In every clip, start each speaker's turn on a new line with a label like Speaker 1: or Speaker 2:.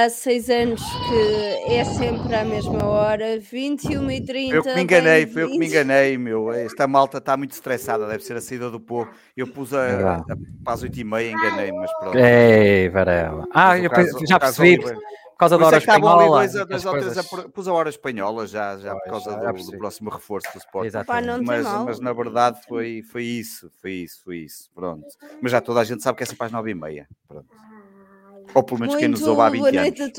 Speaker 1: há 6 anos que é sempre à mesma hora, 21h30.
Speaker 2: Foi eu que me enganei, meu. Esta malta está muito estressada, deve ser a saída do povo. Eu pus para as 8h30, enganei-me, mas pronto.
Speaker 3: Ei, Varela. Já percebi. Por causa da hora espanhola.
Speaker 2: Dois ou três, pus a hora espanhola já por causa do próximo reforço do Sporting. Mas na verdade foi isso. Pronto. Mas já toda a gente sabe que é sempre às 9h30. Pronto. Ou pelo menos quem nos ouve há 20 anos.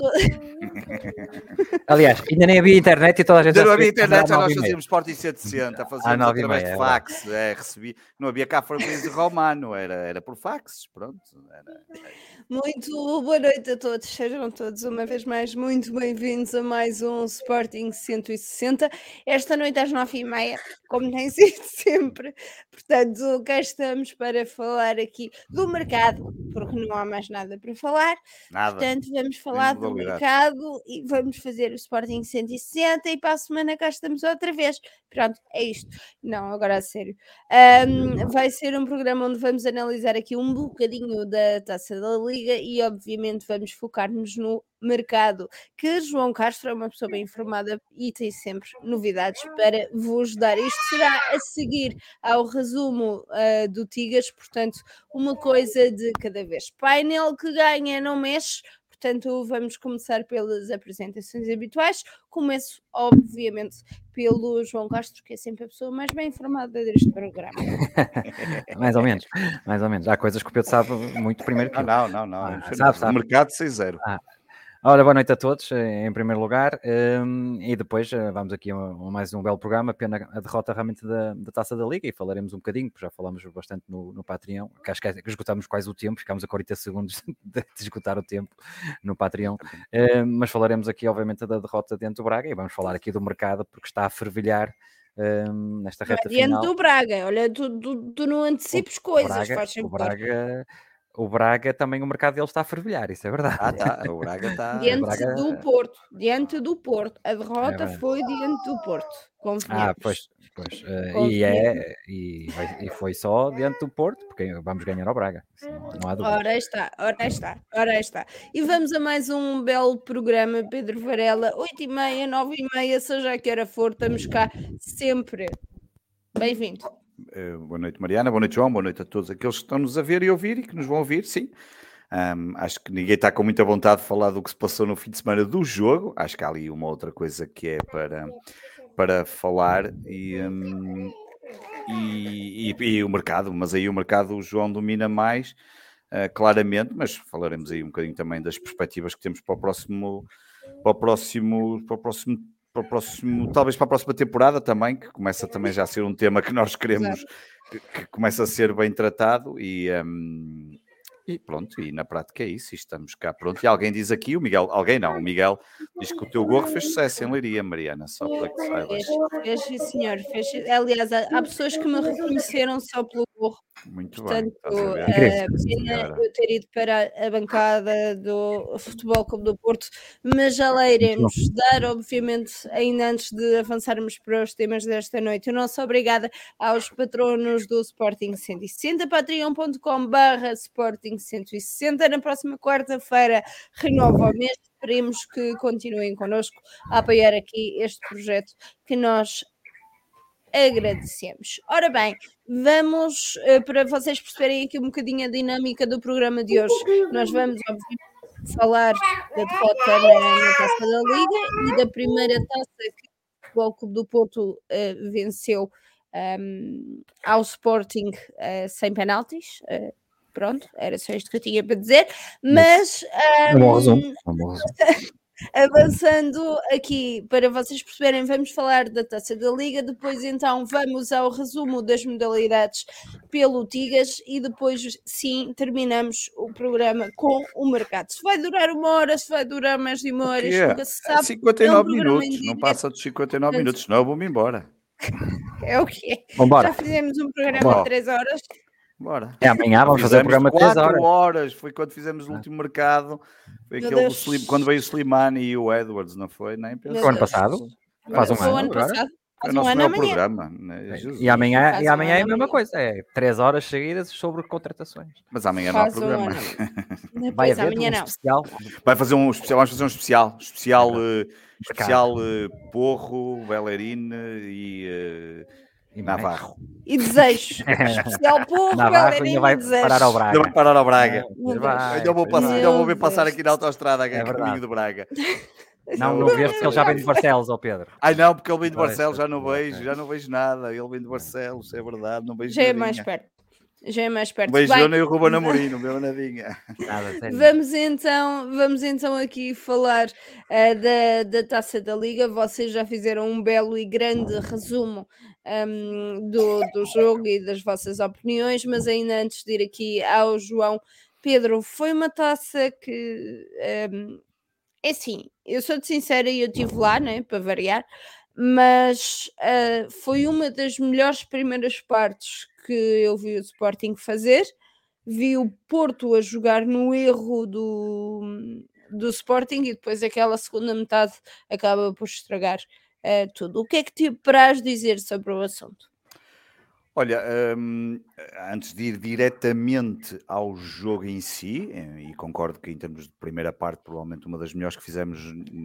Speaker 3: Aliás, ainda nem havia internet e toda a gente...
Speaker 2: Ainda não havia internet, já nós fazíamos Sporting 160, fazíamos através de fax. Recebi, não havia cá formas de Romano, era por fax, pronto.
Speaker 1: Muito boa noite a todos, sejam todos uma vez mais muito bem-vindos a mais um Sporting 160, esta noite às 9h30, como tem sido sempre. Portanto, cá estamos para falar aqui do mercado, porque não há mais nada para falar. Portanto, vamos falar do mercado e vamos fazer o Sporting 160 e para a semana cá estamos outra vez. Pronto, é isto. Não, agora a sério. Vai ser um programa onde vamos analisar aqui um bocadinho da Taça da Liga e obviamente vamos focar-nos no mercado, que João Castro é uma pessoa bem informada e tem sempre novidades para vos dar. Isto será a seguir ao resumo do Tigas, portanto, uma coisa de cada vez. Painel que ganha não mexe. Portanto, vamos começar pelas apresentações habituais. Começo, obviamente, pelo João Castro, que é sempre a pessoa mais bem informada deste programa.
Speaker 3: mais ou menos. Há coisas que o Pedro sabe muito primeiro que eu.
Speaker 2: Não. Sabe. Mercado 6-0.
Speaker 3: Ora, boa noite a todos, em primeiro lugar, e depois vamos aqui a mais um belo programa, pena a derrota realmente da Taça da Liga, e falaremos um bocadinho, porque já falamos bastante no Patreon, que acho que esgotamos quase o tempo, ficámos a 40 segundos de esgotar o tempo no Patreon, mas falaremos aqui obviamente da derrota dentro do Braga, e vamos falar aqui do mercado, porque está a fervilhar nesta reta final.
Speaker 1: Dentro do Braga, olha, tu não antecipes coisas, faz sempre.
Speaker 3: O Braga também, o mercado dele está a fervilhar, isso é verdade.
Speaker 2: O Braga está...
Speaker 1: Diante do Porto. A derrota foi diante do Porto. Confiamos.
Speaker 3: Pois. E foi só diante do Porto, porque vamos ganhar ao Braga. Não há dúvida.
Speaker 1: Ora está. E vamos a mais um belo programa, Pedro Varela, 8h30, 9h30, seja a que hora for, estamos cá sempre. Bem-vindo.
Speaker 2: Boa noite, Mariana, boa noite, João, boa noite a todos aqueles que estão-nos a ver e ouvir e que nos vão ouvir, sim. Acho que ninguém está com muita vontade de falar do que se passou no fim de semana do jogo. Acho que há ali uma outra coisa que é para falar e o mercado, mas aí o mercado o João domina mais, claramente, mas falaremos aí um bocadinho também das perspectivas que temos para o próximo, talvez para a próxima temporada também, que começa também já a ser um tema que nós queremos, que começa a ser bem tratado e pronto, e na prática é isso, e estamos cá, pronto. E alguém diz aqui, o Miguel diz que o teu gorro fez sucesso em Leiria, Mariana, só para que saibas.
Speaker 1: Fez, sim, senhor. Aliás, há pessoas que me reconheceram só pelo gorro.
Speaker 2: Muito
Speaker 1: bem.
Speaker 2: Portanto,
Speaker 1: eu ter ido para a bancada do Futebol Clube do Porto, mas já lá iremos dar, obviamente, ainda antes de avançarmos para os temas desta noite. O nosso obrigada aos patronos do Sporting 160, patreon.com/Sporting 160. Na próxima quarta-feira renova o mês. Esperemos que continuem connosco a apoiar aqui este projeto que nós agradecemos. Ora bem, vamos, para vocês perceberem aqui um bocadinho a dinâmica do programa de hoje, nós vamos obviamente falar da derrota na Taça da Liga e da primeira taça que o Futebol Clube do Porto venceu ao Sporting sem penaltis. Pronto, era só isto que eu tinha para dizer, mas avançando aqui para vocês perceberem, vamos falar da Taça da Liga, depois então vamos ao resumo das modalidades pelo Tigas e depois sim terminamos o programa com o mercado. Se vai durar 1 hora, se vai durar mais de 1 hora, isto nunca se sabe.
Speaker 2: 59 minutos, não passa dos 59 minutos, senão eu vou-me embora.
Speaker 1: É o que é. Já fizemos um programa de 3 horas.
Speaker 2: Bora.
Speaker 3: Amanhã vamos fazer o programa de 3 horas.
Speaker 2: 4 horas, foi quando fizemos o último mercado. Foi aquele quando veio o Slimani e o Edwards, não foi? Nem pensei.
Speaker 3: O ano passado? Faz um ano.
Speaker 1: Ano passado.
Speaker 2: É o
Speaker 1: Faz um
Speaker 2: nosso
Speaker 1: ano
Speaker 2: maior
Speaker 1: amanhã.
Speaker 2: programa. Né? Jesus.
Speaker 3: E amanhã
Speaker 1: Faz
Speaker 3: é
Speaker 1: um
Speaker 3: a
Speaker 1: ano
Speaker 3: mesma
Speaker 1: amanhã.
Speaker 3: coisa, é 3 horas seguidas sobre contratações.
Speaker 2: Mas amanhã não há
Speaker 1: Faz um
Speaker 2: programa.
Speaker 1: ano amanhã.
Speaker 3: Vai
Speaker 1: Depois,
Speaker 3: haver
Speaker 1: amanhã
Speaker 3: um
Speaker 1: não.
Speaker 3: especial.
Speaker 2: Vai fazer um especial, vamos fazer um especial. Especial, especial
Speaker 3: Mercado.
Speaker 2: Porro, Bellerine e
Speaker 3: mais.
Speaker 2: Navarro.
Speaker 1: E desejos. Especial Porro,
Speaker 3: Navarro ainda
Speaker 1: Bellerina
Speaker 3: vai
Speaker 1: e desejos.
Speaker 3: parar ao
Speaker 2: Ainda
Speaker 3: Braga.
Speaker 2: vai parar ao Braga.
Speaker 1: Meu
Speaker 3: Vai,
Speaker 2: Ainda vou,
Speaker 3: pois vai.
Speaker 2: ainda vou ver
Speaker 1: Meu
Speaker 2: passar
Speaker 1: Deus.
Speaker 2: aqui na autoestrada,
Speaker 3: É
Speaker 2: caminho
Speaker 3: verdade.
Speaker 2: de Braga.
Speaker 3: Não vês porque ele já vem de Barcelos, ó Pedro.
Speaker 2: Ai não, porque ele vem de
Speaker 3: Pois,
Speaker 2: Barcelos, já não
Speaker 3: pois,
Speaker 2: vejo,
Speaker 3: pois.
Speaker 2: já não vejo nada. Ele vem de Barcelos, é verdade, não vejo
Speaker 1: Já é mais
Speaker 2: nadinha.
Speaker 1: perto. Já é mais perto.
Speaker 2: Não vejo
Speaker 1: Bem,
Speaker 2: eu nem o Ruben Amorim, não vejo nadinha.
Speaker 3: Nada, sério.
Speaker 1: vamos então aqui falar da Taça da Liga. Vocês já fizeram um belo e grande resumo do jogo e das vossas opiniões, mas ainda antes de ir aqui ao João, Pedro, foi uma taça que é assim, eu sou-te sincera e eu estive lá, né, para variar, mas foi uma das melhores primeiras partes que eu vi o Sporting fazer. Vi o Porto a jogar no erro do Sporting e depois aquela segunda metade acaba por estragar tudo. O que é que te apraz dizer sobre o assunto?
Speaker 2: Olha, antes de ir diretamente ao jogo em si, e concordo que em termos de primeira parte, provavelmente uma das melhores que fizemos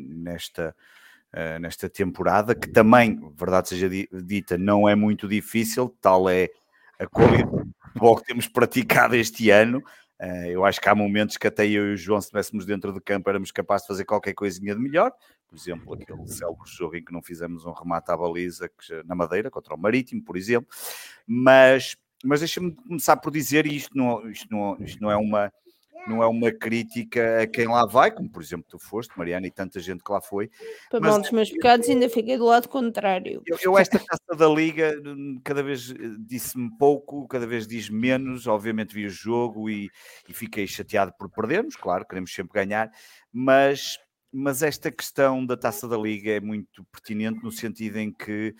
Speaker 2: nesta temporada, que também, verdade seja dita, não é muito difícil, tal é a qualidade de futebol que temos praticado este ano. Eu acho que há momentos que até eu e o João, se estivéssemos dentro do campo, éramos capazes de fazer qualquer coisinha de melhor. Por exemplo, aquele célebre jogo em que não fizemos um remate à baliza na Madeira, contra o Marítimo, por exemplo. Mas deixa-me começar por dizer, e isto não é uma crítica a quem lá vai, como por exemplo tu foste, Mariana, e tanta gente que lá foi.
Speaker 1: Para
Speaker 2: Mas
Speaker 1: mal dos meus pecados, ainda fiquei do lado contrário.
Speaker 2: eu esta taça da Liga, cada vez disse-me pouco, cada vez diz menos. Obviamente vi o jogo e fiquei chateado por perdermos, claro, queremos sempre ganhar, mas esta questão da taça da Liga é muito pertinente no sentido em que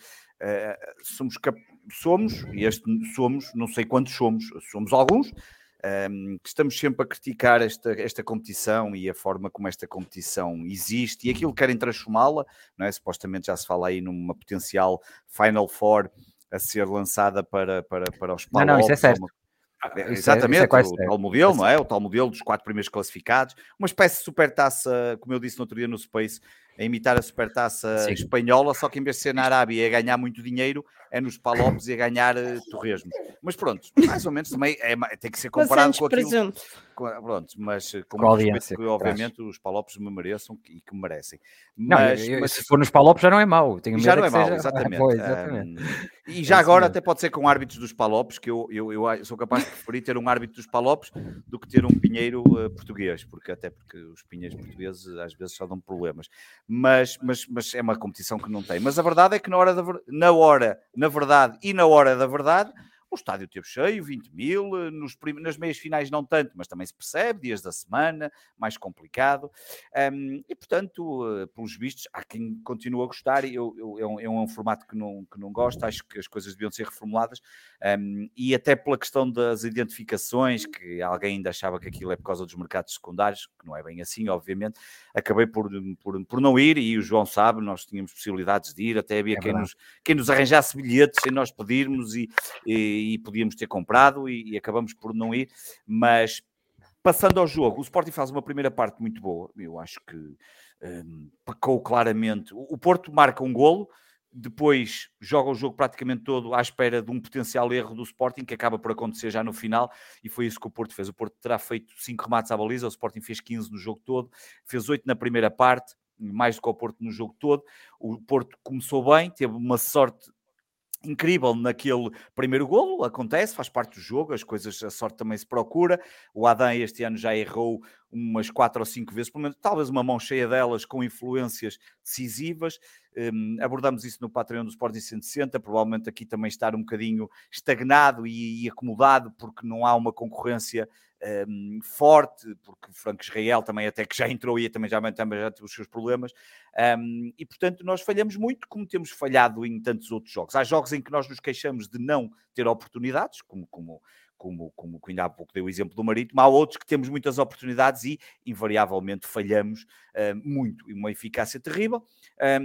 Speaker 2: somos, não sei quantos somos alguns, que estamos sempre a criticar esta competição e a forma como esta competição existe e aquilo que querem transformá-la, não é? Supostamente já se fala aí numa potencial Final Four a ser lançada para os playoffs.
Speaker 3: Não, isso é certo.
Speaker 2: Exatamente,
Speaker 3: isso é quase
Speaker 2: o
Speaker 3: certo.
Speaker 2: tal modelo, não é? O tal modelo dos 4 primeiros classificados, uma espécie de supertaça, como eu disse no outro dia no Space, a imitar a supertaça espanhola, só que em vez de ser na Arábia e a ganhar muito dinheiro, é nos Palopes e a ganhar torresmos. Mas pronto, mais ou menos também tem que ser comparado com aquilo. Pronto, mas com muito respeito que obviamente os Palopes me mereçam e que me merecem. Mas
Speaker 3: se for nos Palopes já não é mau. Tenho
Speaker 2: já
Speaker 3: medo
Speaker 2: não é mau,
Speaker 3: seja...
Speaker 2: exatamente.
Speaker 3: Pois, exatamente.
Speaker 2: E já agora até pode ser com árbitros dos Palopes, que eu sou capaz de preferir ter um árbitro dos Palopes do que ter um pinheiro português, porque os pinheiros portugueses às vezes só dão problemas. Mas é uma competição que não tem. Mas a verdade é que na hora da verdade, o estádio teve cheio, 20 mil, nas meias finais não tanto, mas também se percebe, dias da semana, mais complicado. E, portanto, pelos vistos, há quem continue a gostar, e é um formato que não gosto, acho que as coisas deviam ser reformuladas, e até pela questão das identificações, que alguém ainda achava que aquilo é por causa dos mercados secundários, que não é bem assim, obviamente, acabei por não ir, e o João sabe, nós tínhamos possibilidades de ir, até havia quem nos arranjasse bilhetes sem nós pedirmos, e podíamos ter comprado e acabamos por não ir, mas passando ao jogo, o Sporting faz uma primeira parte muito boa, eu acho que pecou claramente, o Porto marca um golo, depois joga o jogo praticamente todo à espera de um potencial erro do Sporting, que acaba por acontecer já no final, e foi isso que o Porto fez. O Porto terá feito 5 remates à baliza, o Sporting fez 15 no jogo todo, fez 8 na primeira parte, mais do que o Porto no jogo todo. O Porto começou bem, teve uma sorte incrível naquele primeiro golo, acontece, faz parte do jogo, a sorte também se procura. O Adam este ano já errou umas 4 ou 5 vezes, pelo menos, talvez uma mão cheia delas com influências decisivas. Abordamos isso no Patreon do Sporting 160, provavelmente aqui também estar um bocadinho estagnado e acomodado, porque não há uma concorrência forte, porque o Franco Israel também até que já entrou e também já teve os seus problemas, e portanto nós falhamos muito, como temos falhado em tantos outros jogos. Há jogos em que nós nos queixamos de não ter oportunidades, como ainda há pouco dei o exemplo do Marítimo. Há outros que temos muitas oportunidades e invariavelmente falhamos muito, e uma eficácia terrível.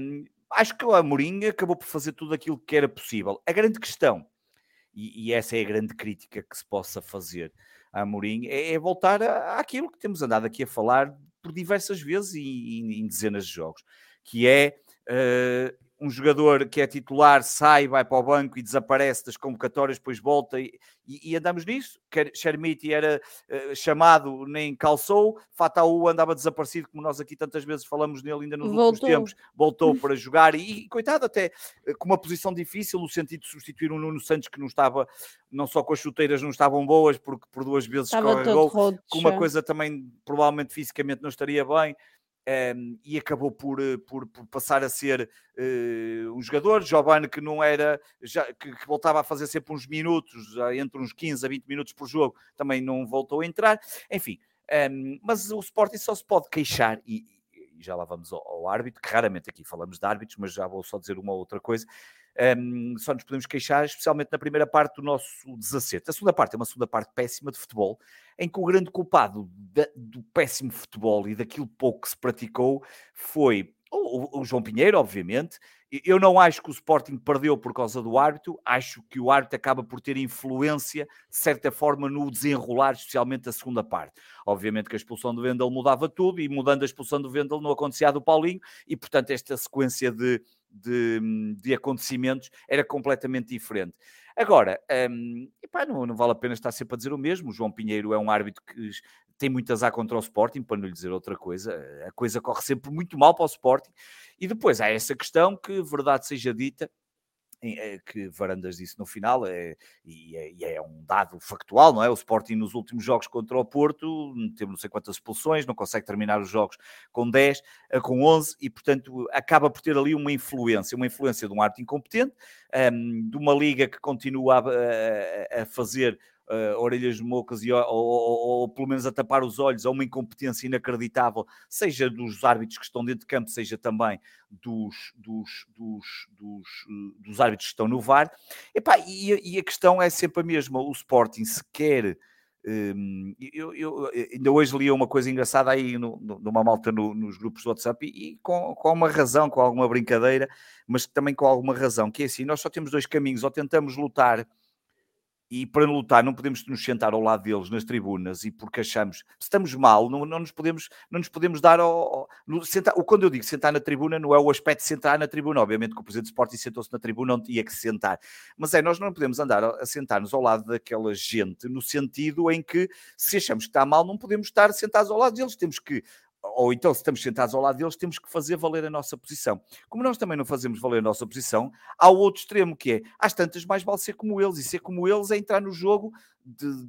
Speaker 2: acho que o Amorim acabou por fazer tudo aquilo que era possível. A grande questão, e essa é a grande crítica que se possa fazer a Amorim, é voltar àquilo que temos andado aqui a falar por diversas vezes e em dezenas de jogos, que é um jogador que é titular, sai, vai para o banco e desaparece das convocatórias, depois volta e andamos nisso. Chermiti era chamado, nem calçou, Fataú andava desaparecido, como nós aqui tantas vezes falamos nele ainda nos últimos tempos, voltou para jogar e coitado, até com uma posição difícil, no sentido de substituir um Nuno Santos que não estava, não só com as chuteiras não estavam boas, porque por 2 vezes escorregou, com uma coisa também provavelmente fisicamente não estaria bem. E acabou por passar a ser um jogador, Giovanni, que não era, que voltava a fazer sempre uns minutos, entre uns 15 a 20 minutos por jogo, também não voltou a entrar, enfim, mas o Sporting só se pode queixar, e já lá vamos ao árbitro, que raramente aqui falamos de árbitros, mas já vou só dizer uma outra coisa. Só nos podemos queixar, especialmente na primeira parte do nosso desacerto. A segunda parte é uma segunda parte péssima de futebol, em que o grande culpado do péssimo futebol e daquilo pouco que se praticou foi o João Pinheiro, obviamente. Eu não acho que o Sporting perdeu por causa do árbitro, acho que o árbitro acaba por ter influência, de certa forma, no desenrolar, especialmente a segunda parte. Obviamente que a expulsão do Wendel mudava tudo, e mudando a expulsão do Wendel não acontecia a do Paulinho, e portanto esta sequência de acontecimentos era completamente diferente. Agora, não vale a pena estar sempre a dizer o mesmo. O João Pinheiro é um árbitro que tem muito azar contra o Sporting, para não lhe dizer outra coisa. A coisa corre sempre muito mal para o Sporting. E depois há essa questão que, verdade seja dita, que Varandas disse no final, e é um dado factual, não é? O Sporting nos últimos jogos contra o Porto teve não sei quantas expulsões, não consegue terminar os jogos com 10, com 11, e portanto acaba por ter ali uma influência de um árbitro incompetente, de uma liga que continua a fazer orelhas de mocas ou pelo menos a tapar os olhos a uma incompetência inacreditável, seja dos árbitros que estão dentro de campo, seja também dos árbitros que estão no VAR. E a questão é sempre a mesma. O Sporting, se quer... eu ainda hoje li uma coisa engraçada aí numa malta nos grupos do WhatsApp, e com uma razão, com alguma brincadeira, mas também com alguma razão, que é assim: nós só temos 2 caminhos: ou tentamos lutar, e para lutar não podemos nos sentar ao lado deles nas tribunas, e porque achamos, se estamos mal, não nos podemos dar sentar. Quando eu digo sentar na tribuna, não é o aspecto de sentar na tribuna, obviamente que o presidente do Sporting sentou-se na tribuna onde tinha que se sentar, mas nós não podemos andar a sentar-nos ao lado daquela gente, no sentido em que, se achamos que está mal, não podemos estar sentados ao lado deles, temos que... Ou então, se estamos sentados ao lado deles, temos que fazer valer a nossa posição. Como nós também não fazemos valer a nossa posição, há o outro extremo, que é, às tantas mais vale ser como eles, e ser como eles é entrar no jogo de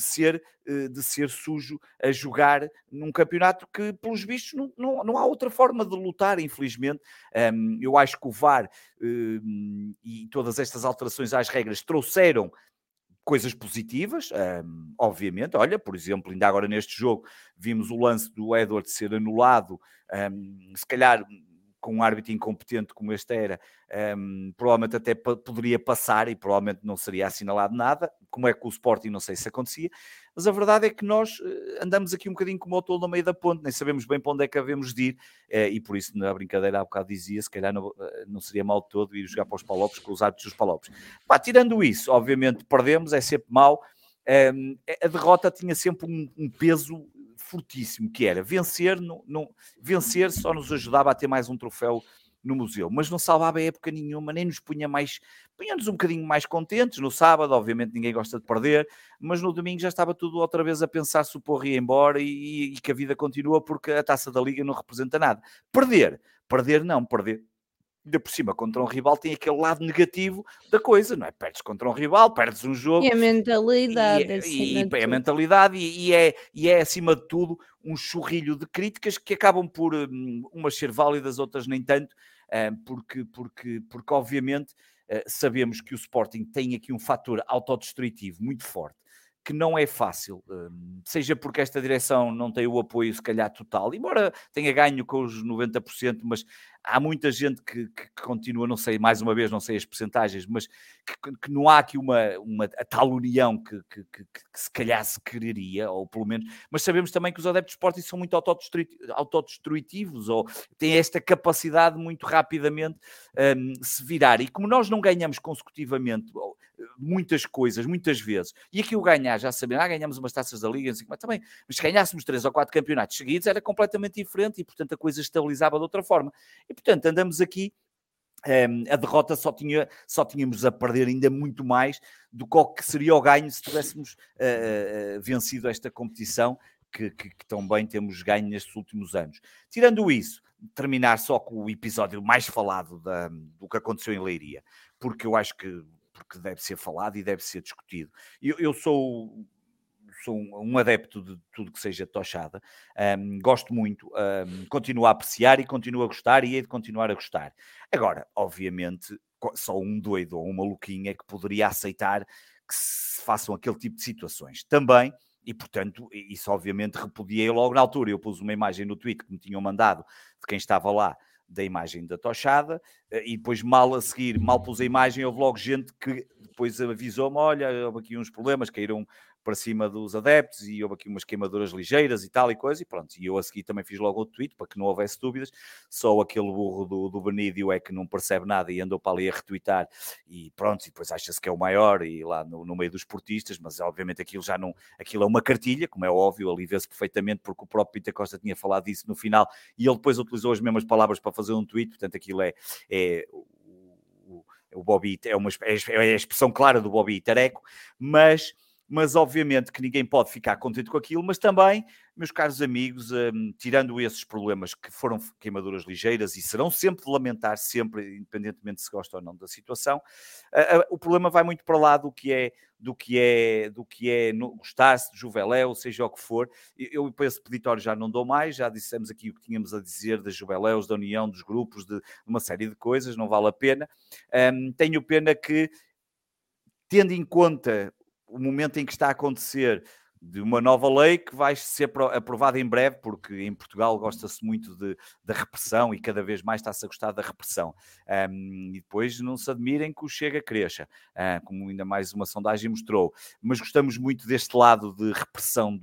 Speaker 2: ser sujo a jogar num campeonato que, pelos vistos, não há outra forma de lutar, infelizmente. Eu acho que o VAR e todas estas alterações às regras trouxeram coisas positivas, obviamente. Olha, por exemplo, ainda agora neste jogo vimos o lance do Edward ser anulado, se calhar com um árbitro incompetente como este era, provavelmente até poderia passar e provavelmente não seria assinalado nada. Como é que o Sporting, não sei se acontecia, mas a verdade é que nós andamos aqui um bocadinho como o tolo no meio da ponte, nem sabemos bem para onde é que havemos de ir, e por isso na brincadeira há bocado dizia, se calhar não seria mal de todo ir jogar para os Palopes com os árbitros dos Palopes. Tirando isso, obviamente perdemos, é sempre mau. A derrota tinha sempre um peso fortíssimo, que era vencer. Vencer só nos ajudava a ter mais um troféu no museu, mas não salvava a época nenhuma, nem nos punha-nos um bocadinho mais contentes. No sábado, obviamente ninguém gosta de perder, mas no domingo já estava tudo outra vez a pensar se o Porro ia embora e que a vida continua, porque a Taça da Liga não representa nada. Perder ainda por cima contra um rival tem aquele lado negativo da coisa, não é? Perdes contra um rival, perdes um jogo.
Speaker 1: E a mentalidade,
Speaker 2: a mentalidade, e é acima de tudo um churrilho de críticas que acabam por umas ser válidas, outras nem tanto, porque obviamente sabemos que o Sporting tem aqui um fator autodestrutivo muito forte, que não é fácil, seja porque esta direção não tem o apoio, se calhar, total, embora tenha ganho com os 90%, mas há muita gente que continua, não sei, mais uma vez, não sei as percentagens, mas que não há aqui a tal união que se calhar se quereria, ou pelo menos, mas sabemos também que os adeptos de Sporting são muito autodestrutivos, ou têm esta capacidade muito rapidamente se virar, e como nós não ganhamos consecutivamente muitas coisas, muitas vezes, e aqui o ganhar, já sabemos, ganhamos umas taças da Liga, mas também, mas se ganhássemos 3 ou 4 campeonatos seguidos, era completamente diferente, e portanto a coisa estabilizava de outra forma, e portanto andamos aqui, a derrota só tínhamos a perder ainda muito mais do que seria o ganho se tivéssemos vencido esta competição que tão bem temos ganho nestes últimos anos. Tirando isso, terminar só com o episódio mais falado do que aconteceu em Leiria, porque eu acho que deve ser falado e deve ser discutido. Eu sou um adepto de tudo que seja tochada, gosto muito, continuo a apreciar e continuo a gostar, e hei de continuar a gostar. Agora, obviamente, só um doido ou um maluquinho é que poderia aceitar que se façam aquele tipo de situações. Também, e portanto, isso obviamente repudiei logo na altura. Eu pus uma imagem no tweet que me tinham mandado de quem estava lá, da imagem da tochada, e depois mal a seguir, mal pus a imagem, houve logo gente que depois avisou-me, olha, houve aqui uns problemas, caíram para cima dos adeptos e houve aqui umas queimaduras ligeiras e tal e coisa, e pronto, e eu a seguir também fiz logo outro tweet para que não houvesse dúvidas, só aquele burro do Benídio é que não percebe nada e andou para ali a retweetar, e pronto, e depois acha-se que é o maior, e lá no meio dos esportistas, mas obviamente aquilo é uma cartilha, como é óbvio, ali vê-se perfeitamente, porque o próprio Pinto Costa tinha falado disso no final, e ele depois utilizou as mesmas palavras para fazer um tweet, portanto aquilo o Bobby, é a expressão clara do Bobby Tareco, mas obviamente que ninguém pode ficar contente com aquilo, mas também, meus caros amigos, tirando esses problemas que foram queimaduras ligeiras e serão sempre de lamentar, sempre, independentemente se gosta ou não da situação, o problema vai muito para lá do que é gostar-se de Juveléu, seja o que for. Eu para esse peditório já não dou mais, já dissemos aqui o que tínhamos a dizer das Juveléus, da união, dos grupos, de uma série de coisas, não vale a pena. Tenho pena que, tendo em conta o momento em que está a acontecer de uma nova lei que vai ser aprovada em breve, porque em Portugal gosta-se muito da repressão e cada vez mais está-se a gostar da repressão. E depois não se admirem que o Chega cresça, como ainda mais uma sondagem mostrou. Mas gostamos muito deste lado de repressão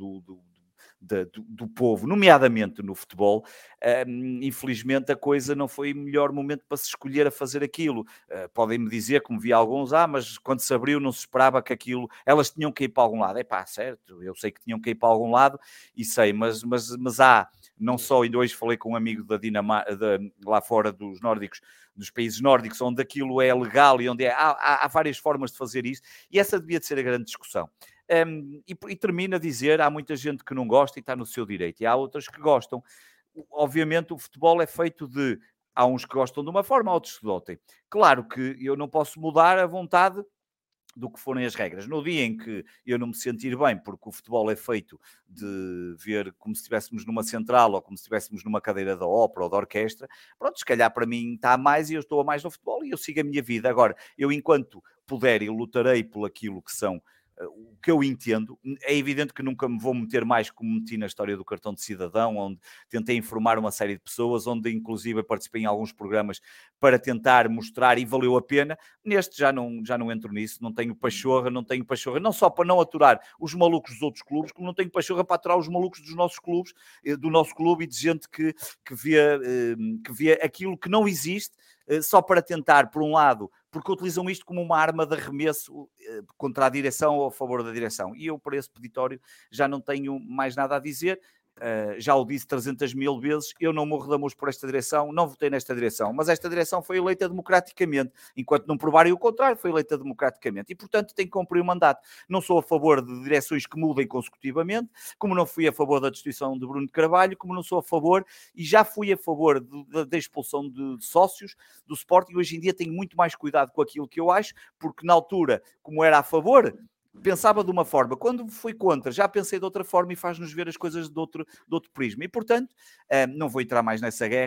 Speaker 2: do povo, nomeadamente no futebol. Infelizmente a coisa não foi o melhor momento para se escolher a fazer aquilo. Podem-me dizer, como vi alguns, mas quando se abriu não se esperava que aquilo, elas tinham que ir para algum lado. Certo, eu sei que tinham que ir para algum lado e sei, mas há, não só, ainda hoje falei com um amigo da Dinamarca, lá fora dos nórdicos, dos países nórdicos, onde aquilo é legal e onde há várias formas de fazer isso, e essa devia de ser a grande discussão. E termino a dizer, há muita gente que não gosta e está no seu direito, e há outras que gostam. Obviamente o futebol é feito de, há uns que gostam de uma forma, há outros que de outra. Claro que eu não posso mudar a vontade do que forem as regras. No dia em que eu não me sentir bem, porque o futebol é feito de ver como se estivéssemos numa central ou como se estivéssemos numa cadeira da ópera ou da orquestra, pronto, se calhar para mim está a mais e eu estou a mais no futebol e eu sigo a minha vida. Agora, eu enquanto puder, eu lutarei por aquilo que são o que eu entendo. É evidente que nunca me vou meter mais como meti na história do cartão de cidadão, onde tentei informar uma série de pessoas, onde inclusive participei em alguns programas para tentar mostrar e valeu a pena. Neste já não entro nisso, não tenho pachorra, não só para não aturar os malucos dos outros clubes, como não tenho pachorra para aturar os malucos dos nossos clubes, do nosso clube, e de gente que vê aquilo que não existe, só para tentar, por um lado, porque utilizam isto como uma arma de arremesso contra a direção ou a favor da direção. E eu, para esse peditório, já não tenho mais nada a dizer. Já o disse 300.000 vezes, eu não morro de amores por esta direção, não votei nesta direção, mas esta direção foi eleita democraticamente, enquanto não provarem o contrário, foi eleita democraticamente, e portanto tem que cumprir o mandato. Não sou a favor de direções que mudem consecutivamente, como não fui a favor da destituição de Bruno de Carvalho, como não sou a favor, e já fui a favor da expulsão de sócios do Sporting. Hoje em dia tenho muito mais cuidado com aquilo que eu acho, porque na altura, como era a favor, pensava de uma forma, quando fui contra, já pensei de outra forma, e faz-nos ver as coisas de outro prisma. E, portanto, não vou entrar mais nessa guerra.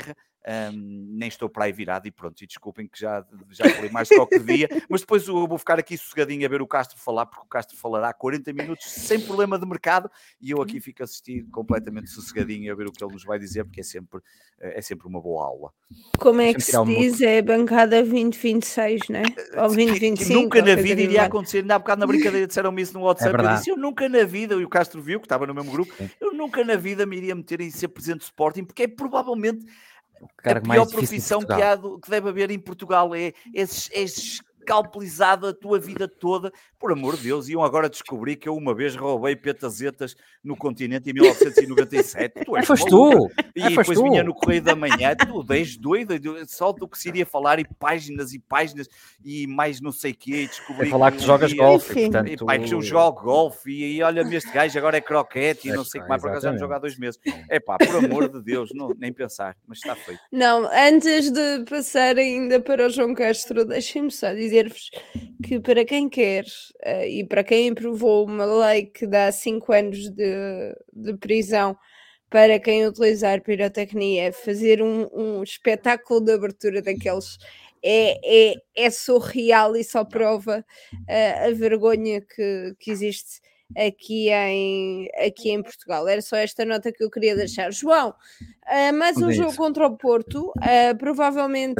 Speaker 2: nem estou para aí virado e pronto, e desculpem que já falei mais do que qualquer dia, mas depois eu vou ficar aqui sossegadinho a ver o Castro falar, porque o Castro falará 40 minutos sem problema de mercado, e eu aqui fico a assistir completamente sossegadinho a ver o que ele nos vai dizer, porque é sempre uma boa aula.
Speaker 1: Como é que se diz? É a bancada 2026, né? Ou 2025.
Speaker 2: Que nunca na vida iria acontecer. Ainda há bocado na brincadeira disseram-me isso no WhatsApp. Eu disse, eu nunca na vida, e o Castro viu, que estava no mesmo grupo, eu nunca na vida me iria meter em ser presidente do Sporting, porque é provavelmente a pior profissão que deve haver em Portugal. É escalpelizado a tua vida toda, por amor de Deus. Iam agora descobrir que eu uma vez roubei petazetas no continente em 1997. Tu és
Speaker 3: foste tu!
Speaker 2: E depois vinha no Correio da Manhã, tu és doido, só do que se iria falar, e páginas e mais não sei o quê, e descobri
Speaker 3: falar que tu jogas golfe,
Speaker 2: portanto... E pai, que eu jogo golfe, e olha-me este gajo, agora é croquete, e não sei o que mais, por acaso já me joga há 2 meses. Por amor de Deus, nem pensar, mas está feito.
Speaker 1: Não, antes de passar ainda para o João Castro, deixem-me só dizer-vos que para quem quer e para quem aprovou uma lei que dá 5 anos de prisão para quem utilizar pirotecnia, fazer um espetáculo de abertura daqueles é surreal e só prova a vergonha que existe aqui em Portugal. Era só esta nota que eu queria deixar. João, mais um jogo contra o Porto, provavelmente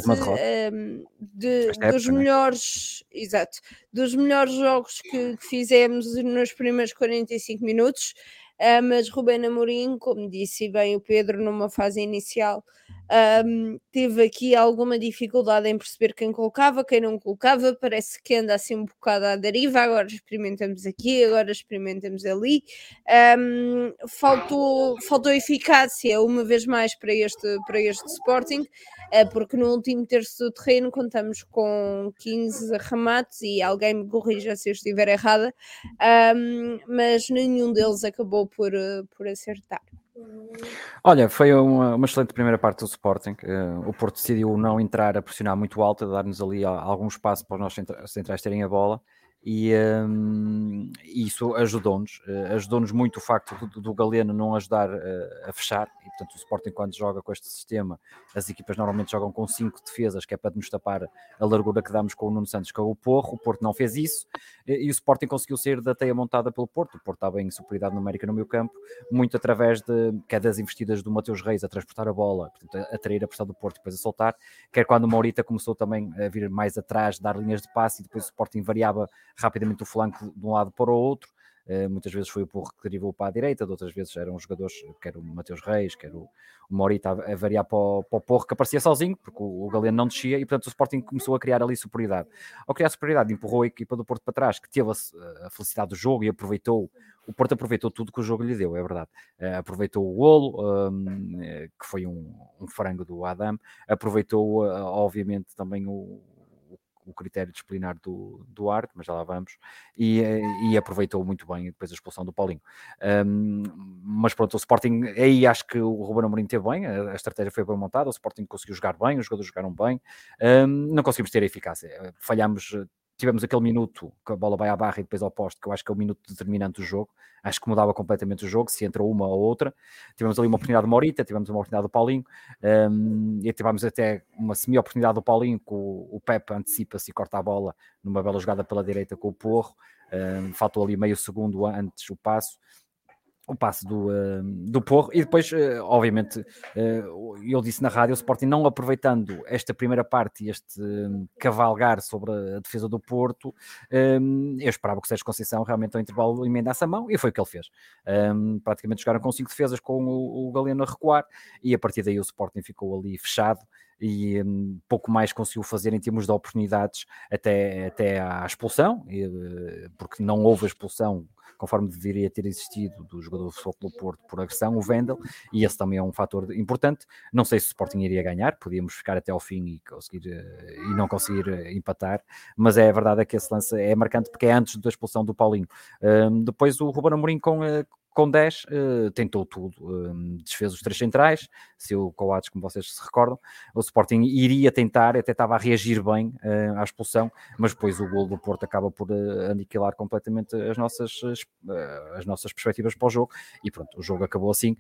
Speaker 1: dos melhores, exato, dos melhores jogos que fizemos nos primeiros 45 minutos. Mas Ruben Amorim, como disse bem o Pedro numa fase inicial, teve aqui alguma dificuldade em perceber quem colocava, quem não colocava, parece que anda assim um bocado à deriva, agora experimentamos aqui, agora experimentamos ali, faltou eficácia uma vez mais para este Sporting, porque no último terço do terreno contamos com 15 remates, e alguém me corrija se eu estiver errada, mas nenhum deles acabou por acertar.
Speaker 3: Olha, foi uma excelente primeira parte do Sporting. O Porto decidiu não entrar a pressionar muito alto, a dar-nos ali algum espaço para os nossos centrais terem a bola, e isso ajudou-nos muito o facto do Galeno não ajudar a fechar, e portanto o Sporting, quando joga com este sistema, as equipas normalmente jogam com 5 defesas, que é para nos tapar a largura que damos com o Nuno Santos, com o Porro. O Porto não fez isso, e o Sporting conseguiu sair da teia montada pelo Porto. O Porto estava em superioridade numérica no meio campo, muito através quer das investidas do Mateus Reis a transportar a bola, portanto, a atrair a pressão do Porto e depois a soltar, quer quando o Morita começou também a vir mais atrás, dar linhas de passe, e depois o Sporting variava rapidamente o flanco de um lado para o outro. Muitas vezes foi o Porro que derivou para a direita, de outras vezes eram os jogadores, quer o Mateus Reis, quer o Morita, a variar para o Porro, que aparecia sozinho, porque o Galeno não descia, e portanto o Sporting começou a criar ali superioridade. Ao criar superioridade, empurrou a equipa do Porto para trás, que teve a felicidade do jogo e o Porto aproveitou tudo que o jogo lhe deu, é verdade. Aproveitou o golo, que foi um frango do Adam, aproveitou obviamente também o critério disciplinar do Arte, mas já lá vamos, e aproveitou muito bem depois a expulsão do Paulinho. Mas pronto, o Sporting, aí acho que o Ruben Amorim teve bem, a estratégia foi bem montada, o Sporting conseguiu jogar bem, os jogadores jogaram bem, não conseguimos ter a eficácia, falhamos. Tivemos aquele minuto que a bola vai à barra e depois ao poste, que eu acho que é o minuto determinante do jogo. Acho que mudava completamente o jogo, se entra uma ou outra. Tivemos ali uma oportunidade do Morita, tivemos uma oportunidade do Paulinho, e tivemos até uma semi-oportunidade do Paulinho, que o Pepe antecipa-se e corta a bola numa bela jogada pela direita com o Porro. Faltou ali meio segundo antes o passe do Porro, e depois, obviamente, eu disse na rádio, o Sporting não aproveitando esta primeira parte, este cavalgar sobre a defesa do Porto, eu esperava que o Sérgio Conceição realmente ao intervalo emendasse a mão, e foi o que ele fez. Praticamente jogaram com 5 defesas, com o Galeno a recuar, e a partir daí o Sporting ficou ali fechado, e pouco mais conseguiu fazer em termos de oportunidades até à expulsão, porque não houve a expulsão conforme deveria ter existido do jogador do Futebol Clube Porto por agressão, o Wendel, e esse também é um fator importante. Não sei se o Sporting iria ganhar, podíamos ficar até ao fim e não conseguir empatar, mas a verdade é que esse lance é marcante, porque é antes da expulsão do Paulinho. Depois o Ruben Amorim com 10, tentou tudo, desfez os 3 centrais, se o Coates, como vocês se recordam, o Sporting iria tentar, até estava a reagir bem à expulsão, mas depois o golo do Porto acaba por aniquilar completamente as nossas perspectivas para o jogo, e pronto, o jogo acabou assim.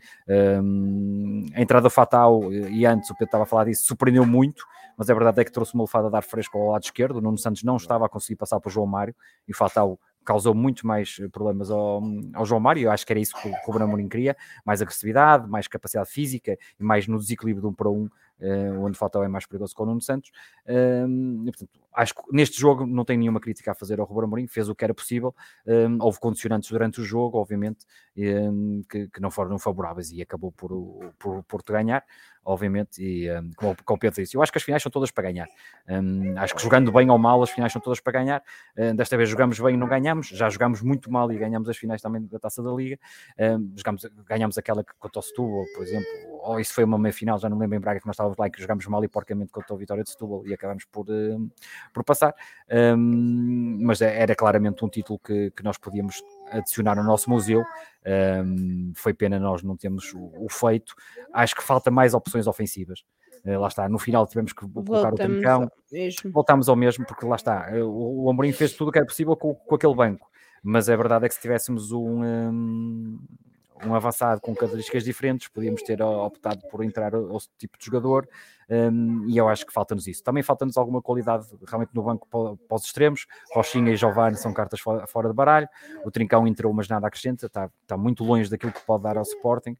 Speaker 3: A entrada fatal, e antes o Pedro estava a falar disso, surpreendeu muito, mas a verdade é que trouxe uma lefada de ar fresco ao lado esquerdo. O Nuno Santos não estava a conseguir passar para o João Mário, e o fatal causou muito mais problemas ao João Mário. Eu acho que era isso que o Ruben Amorim queria, mais agressividade, mais capacidade física e mais no desequilíbrio de 1 para 1, onde o Fatal é mais perigoso com o Nuno Santos. E, portanto, acho que neste jogo não tenho nenhuma crítica a fazer ao Ruben Amorim, fez o que era possível. Houve condicionantes durante o jogo, obviamente, que não foram favoráveis, e acabou por Porto ganhar, obviamente, e como o Pedro disse, eu acho que as finais são todas para ganhar. Acho que jogando bem ou mal, as finais são todas para ganhar. Desta vez jogamos bem e não ganhamos, já jogámos muito mal e ganhamos as finais também da Taça da Liga. Ganhamos aquela contra o Setúbal, por exemplo, ou isso foi uma meia-final, já não me lembro, em Braga, que nós estávamos lá e que jogámos mal e porcamente contra a Vitória de Setúbal e acabamos por passar. Mas era claramente um título que nós podíamos adicionar ao nosso museu. Foi pena nós não termos o feito. Acho que falta mais opções ofensivas. Lá está, no final tivemos que colocar o Trincão, voltámos ao mesmo, porque lá está, o Amorim fez tudo o que era possível com aquele banco, mas a verdade é que se tivéssemos um avançado com características diferentes, podíamos ter optado por entrar outro tipo de jogador, e eu acho que falta-nos isso. Também falta-nos alguma qualidade realmente no banco para os extremos. Rochinha e Giovani são cartas fora de baralho. O Trincão entrou, mas nada acrescenta, está muito longe daquilo que pode dar ao Sporting,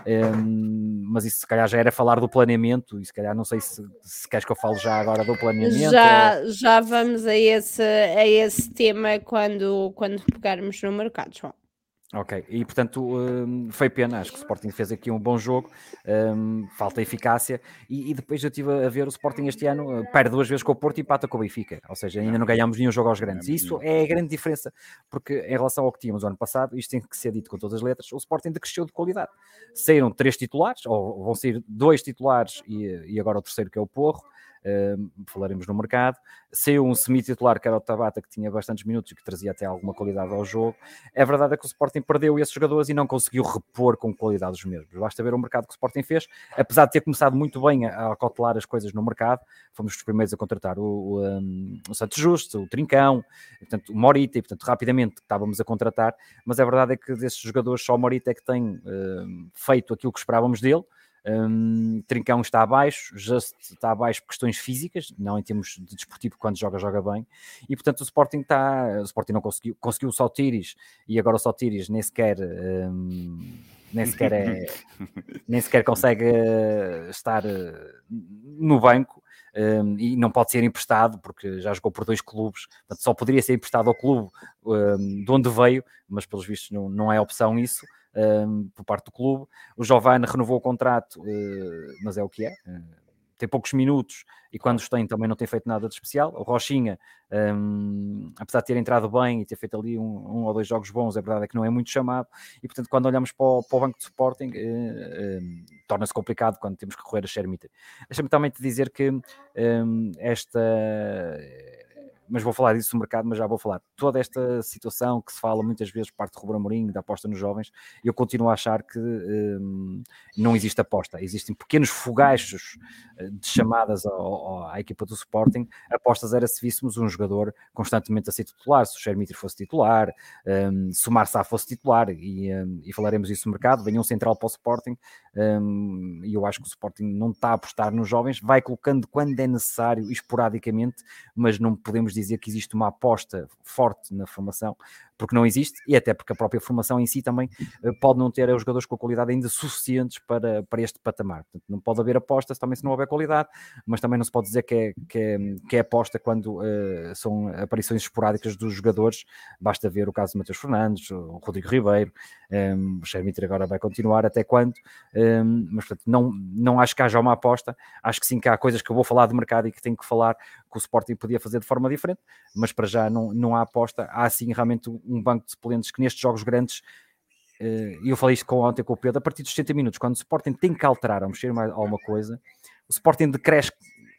Speaker 3: mas isso se calhar já era falar do planeamento, e se calhar não sei se queres que eu fale já agora do planeamento.
Speaker 1: Já vamos a esse tema quando pegarmos no mercado, João.
Speaker 3: Ok, e portanto foi pena, acho que o Sporting fez aqui um bom jogo, falta eficácia, e depois eu estive a ver o Sporting este ano, perde 2 vezes com o Porto e empata com o Benfica, ou seja, ainda não ganhámos nenhum jogo aos grandes. Isso é a grande diferença, porque em relação ao que tínhamos o ano passado, isto tem que ser dito com todas as letras, o Sporting decresceu de qualidade. Saíram 3 titulares, ou vão sair 2 titulares e agora o terceiro, que é o Porro. Falaremos no mercado. Saiu um semi-titular, que era o Tabata, que tinha bastantes minutos e que trazia até alguma qualidade ao jogo. A verdade é que o Sporting perdeu esses jogadores e não conseguiu repor com qualidade os mesmos. Basta ver o mercado que o Sporting fez, apesar de ter começado muito bem a cautelar as coisas no mercado. Fomos os primeiros a contratar o Santos Justo, o Trincão, portanto, o Morita, e portanto rapidamente estávamos a contratar, mas a verdade é que desses jogadores só o Morita é que tem feito aquilo que esperávamos dele. Trincão está abaixo, Just está abaixo por questões físicas, não em termos de desportivo, quando joga bem, e portanto o Sporting não conseguiu o Sotiris, e agora o Sotiris nem sequer consegue estar no banco, e não pode ser emprestado porque já jogou por 2 clubes, portanto só poderia ser emprestado ao clube de onde veio, mas pelos vistos não é opção isso. Por parte do clube. O Giovani renovou o contrato, mas é o que é. Tem poucos minutos e quando os tem também não tem feito nada de especial. O Rochinha, apesar de ter entrado bem e ter feito ali um ou 2 jogos bons, a verdade é que não é muito chamado, e portanto quando olhamos para o banco de Sporting, torna-se complicado quando temos que recorrer a Xermite. Deixa-me também te dizer que mas vou falar disso no mercado, mas já vou falar. Toda esta situação que se fala muitas vezes por parte do Ruben Amorim, da aposta nos jovens, eu continuo a achar que não existe aposta. Existem pequenos fogachos de chamadas à equipa do Sporting. Apostas era se víssemos um jogador constantemente a ser titular, se o Xermite fosse titular, se o Marçá fosse titular, e falaremos isso no mercado. Venha um central para o Sporting, e eu acho que o Sporting não está a apostar nos jovens, vai colocando quando é necessário, esporadicamente, mas não podemos dizer que existe uma aposta forte na formação, porque não existe, e até porque a própria formação em si também pode não ter os jogadores com qualidade ainda suficientes para este patamar. Portanto, não pode haver apostas também se não houver qualidade, mas também não se pode dizer que é aposta quando são aparições esporádicas dos jogadores. Basta ver o caso de Matheus Fernandes, o Rodrigo Ribeiro, o Xermite agora vai continuar até quando, mas portanto não acho que haja uma aposta. Acho que sim, que há coisas que eu vou falar de mercado e que tenho que falar que o Sporting podia fazer de forma diferente, mas para já não há aposta. Há sim realmente um banco de suplentes que nestes jogos grandes, e eu falei isto ontem com o Pedro, a partir dos 60 minutos, quando o Sporting tem que alterar ou mexer mais alguma coisa, o Sporting decresce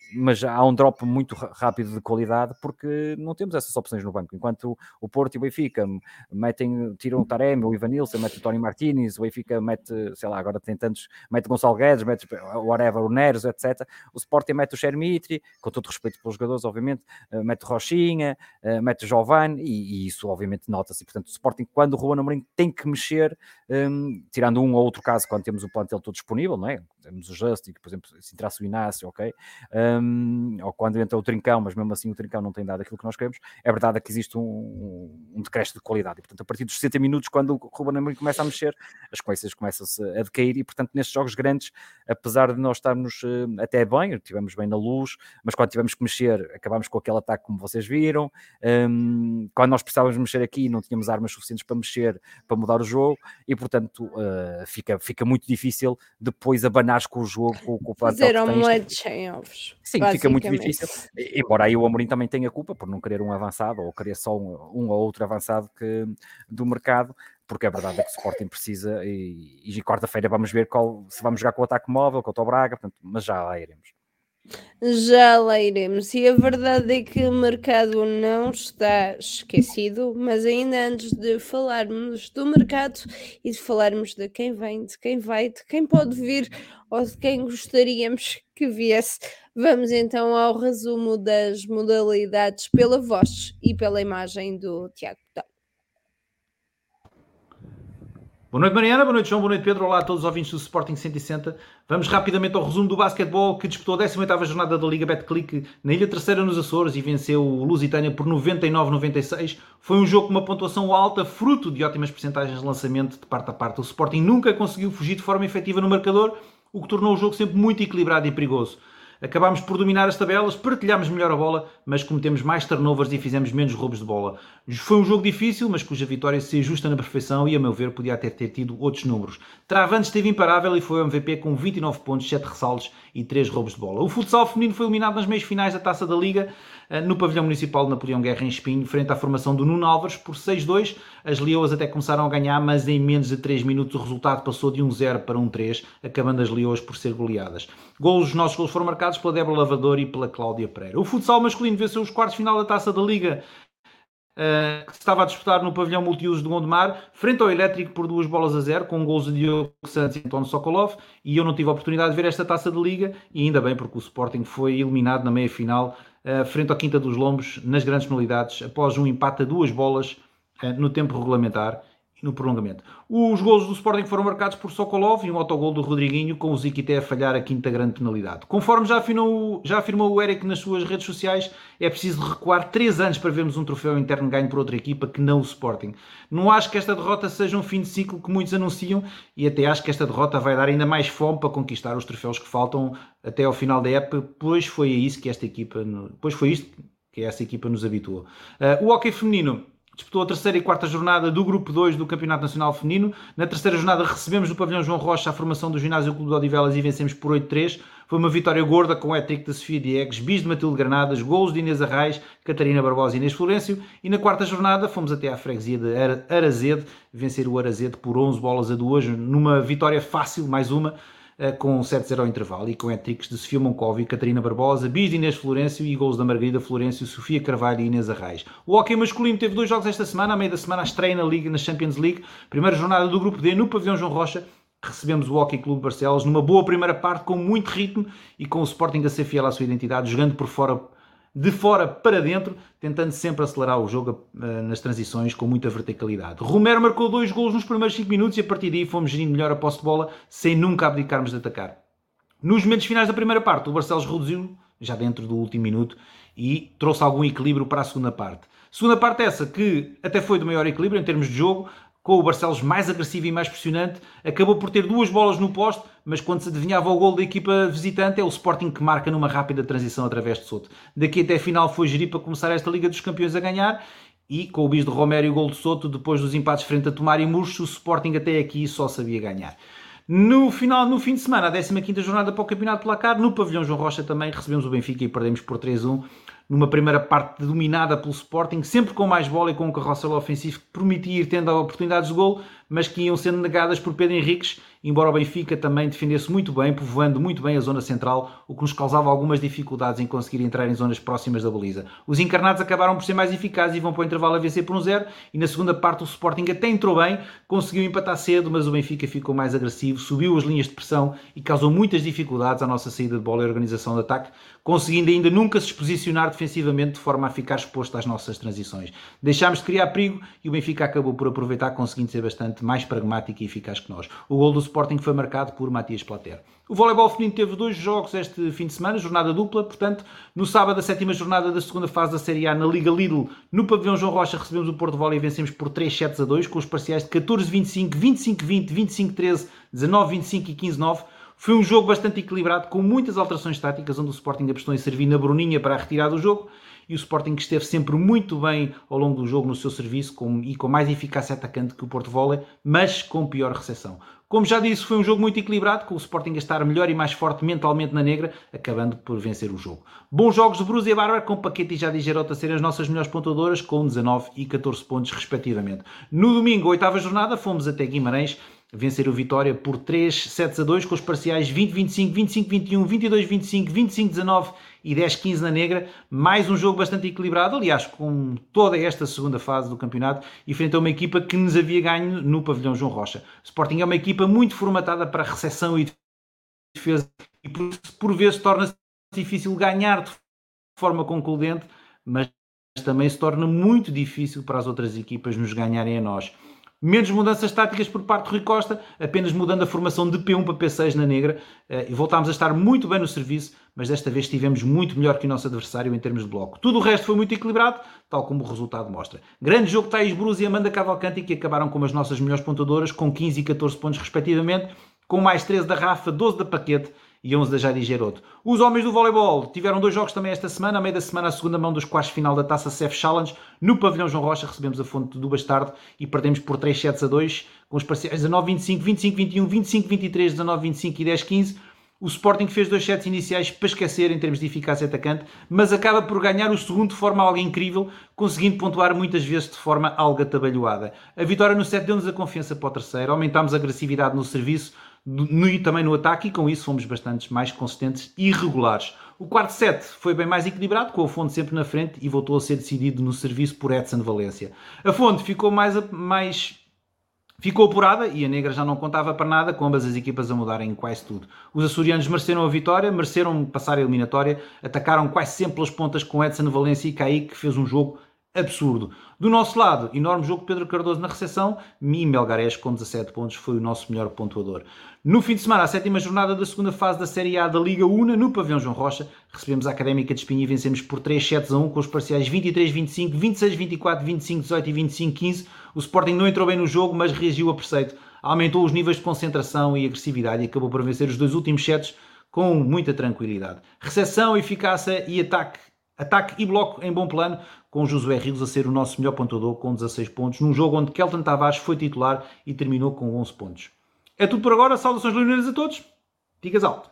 Speaker 3: mas há um drop muito rápido de qualidade porque não temos essas opções no banco. Enquanto o Porto e o Benfica tiram o Taremi, o Ivanilson, mete o Tony Martínez, o Benfica mete, sei lá, agora tem tantos, mete o Gonçalo Guedes, mete whatever, o Neres, etc. O Sporting mete o Chermitri, com todo respeito pelos jogadores, obviamente, mete o Rochinha, mete o Giovane, e isso obviamente nota-se. Portanto, o Sporting, quando o Ruben Amorim tem que mexer, tirando um ou outro caso, quando temos o plantel todo disponível, não é? Temos o Justin, por exemplo, se entrasse o Inácio, ok? Ou quando entra o Trincão, mas mesmo assim o Trincão não tem dado aquilo que nós queremos. É verdade que existe um decréscimo de qualidade, e portanto a partir dos 60 minutos, quando o Ruben Amorim começa a mexer, as coisas começam-se a decair, e portanto nestes jogos grandes, apesar de nós estarmos até bem, estivemos bem na Luz, mas quando tivemos que mexer, acabámos com aquele ataque como vocês viram. Quando nós precisávamos mexer aqui, não tínhamos armas suficientes para mexer, para mudar o jogo, e portanto fica muito difícil depois abanares com o jogo, com o plantel
Speaker 1: Fazer
Speaker 3: que tens.
Speaker 1: omelete sem ovos.
Speaker 3: Sim, fica muito difícil, embora aí o Amorim também tenha culpa por não querer um avançado, ou querer só um ou outro avançado do mercado, porque a verdade é que o Sporting precisa, e quarta-feira vamos ver se vamos jogar com o ataque móvel, contra o Braga, portanto, mas já lá iremos.
Speaker 1: Já lá iremos, e a verdade é que o mercado não está esquecido, mas ainda antes de falarmos do mercado e de falarmos de quem vem, de quem vai, de quem pode vir ou de quem gostaríamos que viesse, vamos então ao resumo das modalidades pela voz e pela imagem do Tiago.
Speaker 4: Boa noite, Mariana, boa noite, João, boa noite, Pedro. Olá a todos os ouvintes do Sporting 160. Vamos rapidamente ao resumo do basquetebol, que disputou a 18ª jornada da Liga Betclic na Ilha Terceira, nos Açores, e venceu o Lusitânia por 99-96. Foi um jogo com uma pontuação alta, fruto de ótimas percentagens de lançamento de parte a parte. O Sporting nunca conseguiu fugir de forma efetiva no marcador, o que tornou o jogo sempre muito equilibrado e perigoso. Acabámos por dominar as tabelas, partilhámos melhor a bola, mas cometemos mais turnovers e fizemos menos roubos de bola. Foi um jogo difícil, mas cuja vitória se ajusta na perfeição e, a meu ver, podia até ter tido outros números. Travantes esteve imparável e foi o MVP com 29 pontos, 7 ressaltos e 3 roubos de bola. O futsal feminino foi eliminado nas meias finais da Taça da Liga, no pavilhão municipal de Napoleão Guerra, em Espinho, frente à formação do Nuno Álvares, por 6-2. As Leoas até começaram a ganhar, mas em menos de 3 minutos o resultado passou de 1-0 para 1-3, acabando as Leoas por ser goleadas. Os nossos golos foram marcados pela Débora Lavrador e pela Cláudia Pereira. O futsal masculino venceu os quartos de final da Taça da Liga, que se estava a disputar no pavilhão multiusos de Gondomar, frente ao Elétrico por 2-0, com gols de Diogo Santos e António Sokolov, e eu não tive a oportunidade de ver esta Taça de Liga, e ainda bem, porque o Sporting foi eliminado na meia-final, frente ao Quinta dos Lombos, nas grandes penalidades, após um empate a 2 bolas no tempo regulamentar e no prolongamento. Os golos do Sporting foram marcados por Sokolov e um autogol do Rodriguinho, com o Ziquité a falhar a quinta grande penalidade. Conforme já afirmou o Eric nas suas redes sociais, é preciso recuar 3 anos para vermos um troféu interno ganho por outra equipa que não o Sporting. Não acho que esta derrota seja um fim de ciclo que muitos anunciam, e até acho que esta derrota vai dar ainda mais fome para conquistar os troféus que faltam até ao final da época, pois foi isto que esta equipa nos habituou. O hóquei feminino disputou a terceira e quarta jornada do Grupo 2 do Campeonato Nacional Feminino. Na terceira jornada recebemos no pavilhão João Rocha a formação do Ginásio Clube de Odivelas e vencemos por 8-3. Foi uma vitória gorda com o hat-trick de Sofia Diegues, bis de Matilde Granadas, golos de Inês Arraes, Catarina Barbosa e Inês Florencio. E na quarta jornada fomos até à freguesia de Arazede, vencer o Arazede por 11-2, numa vitória fácil, mais uma, com 7-0 ao intervalo, e com hat-tricks de Sofia Moncovi, Catarina Barbosa, bis de Inês Florencio e gols da Margarida Florencio, Sofia Carvalho e Inês Arraes. O hóquei masculino teve 2 jogos esta semana, à meia da semana a estreia na Champions League, primeira jornada do Grupo D no pavilhão João Rocha. Recebemos o Hockey Clube Barcelos numa boa primeira parte, com muito ritmo e com o Sporting a ser fiel à sua identidade, jogando de fora para dentro, tentando sempre acelerar o jogo nas transições com muita verticalidade. Romero marcou 2 golos nos primeiros 5 minutos e a partir daí fomos gerindo melhor a posse de bola, sem nunca abdicarmos de atacar. Nos momentos finais da primeira parte, o Barcelos reduziu, já dentro do último minuto, e trouxe algum equilíbrio para a segunda parte. Segunda parte essa que até foi do maior equilíbrio em termos de jogo, com o Barcelos mais agressivo e mais pressionante, acabou por ter 2 bolas no poste, mas quando se adivinhava o gol da equipa visitante, é o Sporting que marca numa rápida transição através de Soto. Daqui até a final foi gerir para começar esta Liga dos Campeões a ganhar, e com o bis de Romero e o gol de Soto, depois dos empates frente a Tomar e Murcho, o Sporting até aqui só sabia ganhar. No fim de semana, a 15ª jornada para o Campeonato de Placar, no pavilhão João Rocha também recebemos o Benfica e perdemos por 3-1, numa primeira parte dominada pelo Sporting, sempre com mais bola e com um carrossel ofensivo que permitia ir tendo oportunidades de gol, mas que iam sendo negadas por Pedro Henriques, embora o Benfica também defendesse muito bem, povoando muito bem a zona central, o que nos causava algumas dificuldades em conseguir entrar em zonas próximas da baliza. Os encarnados acabaram por ser mais eficazes e vão para o intervalo a vencer por 1-0, e na segunda parte o Sporting até entrou bem, conseguiu empatar cedo, mas o Benfica ficou mais agressivo, subiu as linhas de pressão e causou muitas dificuldades à nossa saída de bola e organização de ataque, conseguindo ainda nunca se posicionar defensivamente de forma a ficar exposto às nossas transições. Deixámos de criar perigo e o Benfica acabou por aproveitar, conseguindo ser bastante mais pragmático e eficaz que nós. O gol do Sporting foi marcado por Matias Plater. O voleibol feminino teve 2 jogos este fim de semana, jornada dupla, portanto, no sábado, a 7ª jornada da segunda fase da Série A na Liga Lidl, no pavilhão João Rocha, recebemos o Porto Volley e vencemos por 3-7-2, com os parciais de 14-25, 25-20, 25-13, 19-25 e 15-9. Foi um jogo bastante equilibrado, com muitas alterações táticas, onde o Sporting apostou em servir na Bruninha para a retirada do jogo, e o Sporting esteve sempre muito bem ao longo do jogo no seu serviço e com mais eficácia atacante que o Porto Volley, mas com pior recepção. Como já disse, foi um jogo muito equilibrado, com o Sporting a estar melhor e mais forte mentalmente na negra, acabando por vencer o jogo. Bons jogos de Brus e Bárbara, com Paquete e Jadi Gerota a serem as nossas melhores pontuadoras, com 19 e 14 pontos respectivamente. No domingo, 8ª jornada, fomos até Guimarães vencer o Vitória por 3-7-2, com os parciais 20-25, 25-21, 22-25, 25-19 e 10-15 na negra. Mais um jogo bastante equilibrado, aliás, com toda esta segunda fase do campeonato, e frente a uma equipa que nos havia ganho no pavilhão João Rocha. O Sporting é uma equipa muito formatada para recepção e defesa, e por vezes torna-se difícil ganhar de forma concludente, mas também se torna muito difícil para as outras equipas nos ganharem a nós. Menos mudanças táticas por parte de Rui Costa, apenas mudando a formação de P1 para P6 na negra, e voltámos a estar muito bem no serviço, mas desta vez estivemos muito melhor que o nosso adversário em termos de bloco. Tudo o resto foi muito equilibrado, tal como o resultado mostra. Grande jogo de Thaís Brus e Amanda Cavalcanti, que acabaram como as nossas melhores pontuadoras, com 15 e 14 pontos respectivamente, com mais 13 da Rafa, 12 da Paquete e 11 da Jadi Geroto. Os homens do voleibol tiveram 2 jogos também esta semana, a meio da semana a segunda mão dos quartos de final da Taça CEF Challenge, no pavilhão João Rocha, recebemos a Fonte do Bastardo e perdemos por 3-7-2, com os parciais 19-25, 25-21, 25-23, 19-25 e 10-15. O Sporting fez 2 sets iniciais para esquecer em termos de eficácia atacante, mas acaba por ganhar o segundo de forma algo incrível, conseguindo pontuar muitas vezes de forma algo atabalhoada. A vitória no set deu-nos a confiança para o terceiro, aumentámos a agressividade no serviço e também no ataque, e com isso fomos bastante mais consistentes e regulares. O quarto set foi bem mais equilibrado, com a Fonte sempre na frente, e voltou a ser decidido no serviço por Edson Valência. A Fonte ficou apurada e a negra já não contava para nada, com ambas as equipas a mudarem quase tudo. Os açorianos mereceram a vitória, mereceram passar a eliminatória, atacaram quase sempre pelas pontas com Edson Valência e Kaique, que fez um jogo absurdo. Do nosso lado, enorme jogo de Pedro Cardoso na recepção, e Melgares com 17 pontos foi o nosso melhor pontuador. No fim de semana, a 7ª jornada da segunda fase da Série A da Liga Una, no pavilhão João Rocha, recebemos a Académica de Espinho e vencemos por 3-7-1, com os parciais 23-25, 26-24, 25-18 e 25-15. O Sporting não entrou bem no jogo, mas reagiu a preceito, aumentou os níveis de concentração e agressividade e acabou por vencer os 2 últimos sets com muita tranquilidade. Recepção, eficácia e ataque e bloco em bom plano, com o Josué Rios a ser o nosso melhor pontuador com 16 pontos, num jogo onde Kelton Tavares foi titular e terminou com 11 pontos. É tudo por agora, saudações leoninas a todos, digas alto.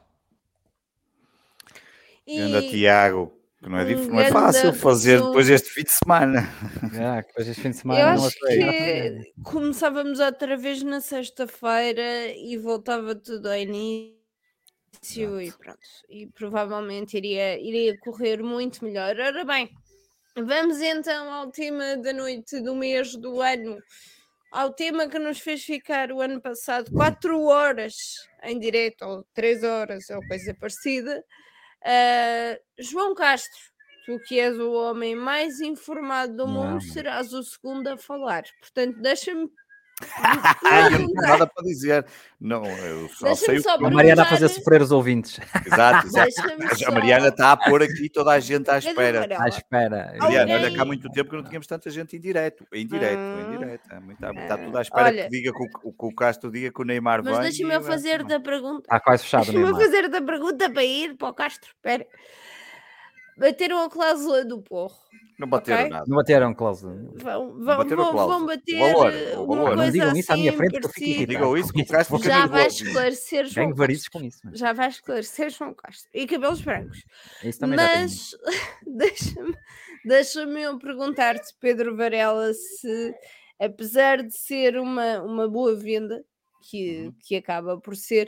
Speaker 2: Anda Tiago, que não é fácil fazer depois este fim de semana.
Speaker 3: Depois este fim de semana
Speaker 1: eu acho que começávamos outra vez na sexta-feira e voltava tudo ao início. E pronto, e provavelmente iria correr muito melhor. Ora bem, vamos então ao tema da noite, do mês, do ano, ao tema que nos fez ficar o ano passado 4 horas em direto, ou 3 horas, ou coisa parecida. João Castro, tu que és o homem mais informado do mundo, serás o segundo a falar. Portanto, deixa-me
Speaker 2: eu não tenho nada para dizer. Não, eu só sei o que...
Speaker 3: A Mariana a fazer sofrer os ouvintes.
Speaker 2: Exato. A Mariana está a pôr aqui toda a gente à espera. Mariana, olha que há muito tempo que não tínhamos tanta gente em direto. Está tudo à espera que diga que o Castro diga que o Neymar vai.
Speaker 1: Mas deixa-me fazer da pergunta.
Speaker 3: Está quase fechado o Neymar.
Speaker 1: Deixa-me fazer da pergunta para ir para o Castro. Espera. Bateram a cláusula do Porro.
Speaker 2: Não bateram nada.
Speaker 3: Não bateram cláusula.
Speaker 1: Vão bater
Speaker 2: o valor.
Speaker 3: Não digam isso à minha frente
Speaker 1: que eu fico
Speaker 3: irritado.
Speaker 2: Digam isso que o Castro fica
Speaker 1: já vai esclarecer João
Speaker 3: Ganho varizes com isso.
Speaker 1: Já vai esclarecer João Castro. E cabelos brancos.
Speaker 3: Isso também
Speaker 1: mas deixa-me eu perguntar-te, Pedro Varela, se apesar de ser uma boa venda, que acaba por ser,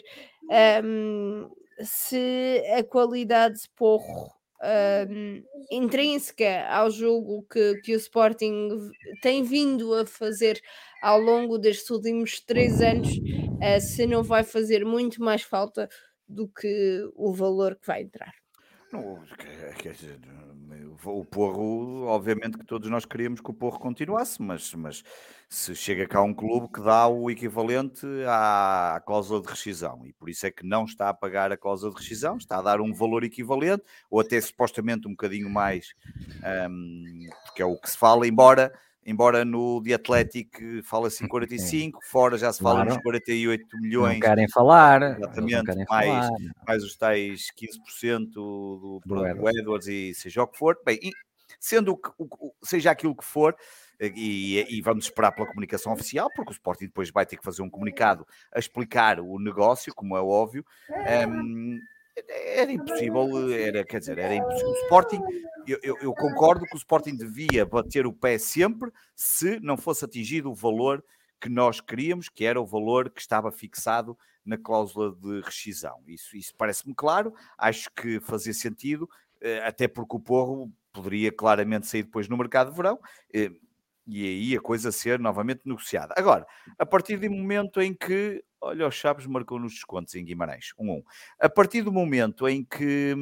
Speaker 1: se a qualidade de Porro, intrínseca ao jogo que o Sporting tem vindo a fazer ao longo destes últimos 3 anos, se não vai fazer muito mais falta do que o valor que vai entrar.
Speaker 2: Não, quer dizer, o Porro, obviamente que todos nós queríamos que o Porro continuasse, mas se chega cá um clube que dá o equivalente à cláusula de rescisão, e por isso é que não está a pagar a cláusula de rescisão, está a dar um valor equivalente, ou até supostamente um bocadinho mais, porque é o que se fala, embora no The Athletic fala-se em 45, fora já se fala nos 48 milhões.
Speaker 3: Não querem falar.
Speaker 2: Exatamente,
Speaker 3: não querem
Speaker 2: mais,
Speaker 3: falar.
Speaker 2: mais os tais 15% do
Speaker 3: Edwards.
Speaker 2: Edwards e seja o que for. Bem, e sendo seja aquilo que for, e vamos esperar pela comunicação oficial, porque o Sporting depois vai ter que fazer um comunicado a explicar o negócio, como é óbvio. Era impossível, era impossível. O Sporting, eu concordo que o Sporting devia bater o pé sempre se não fosse atingido o valor que nós queríamos, que era o valor que estava fixado na cláusula de rescisão. Isso parece-me claro, acho que fazia sentido, até porque o Porro poderia claramente sair depois no mercado de verão, e aí a coisa ser novamente negociada. Agora, a partir do momento em que, olha, o Chaves marcou nos descontos em Guimarães, 1-1. A partir do momento em que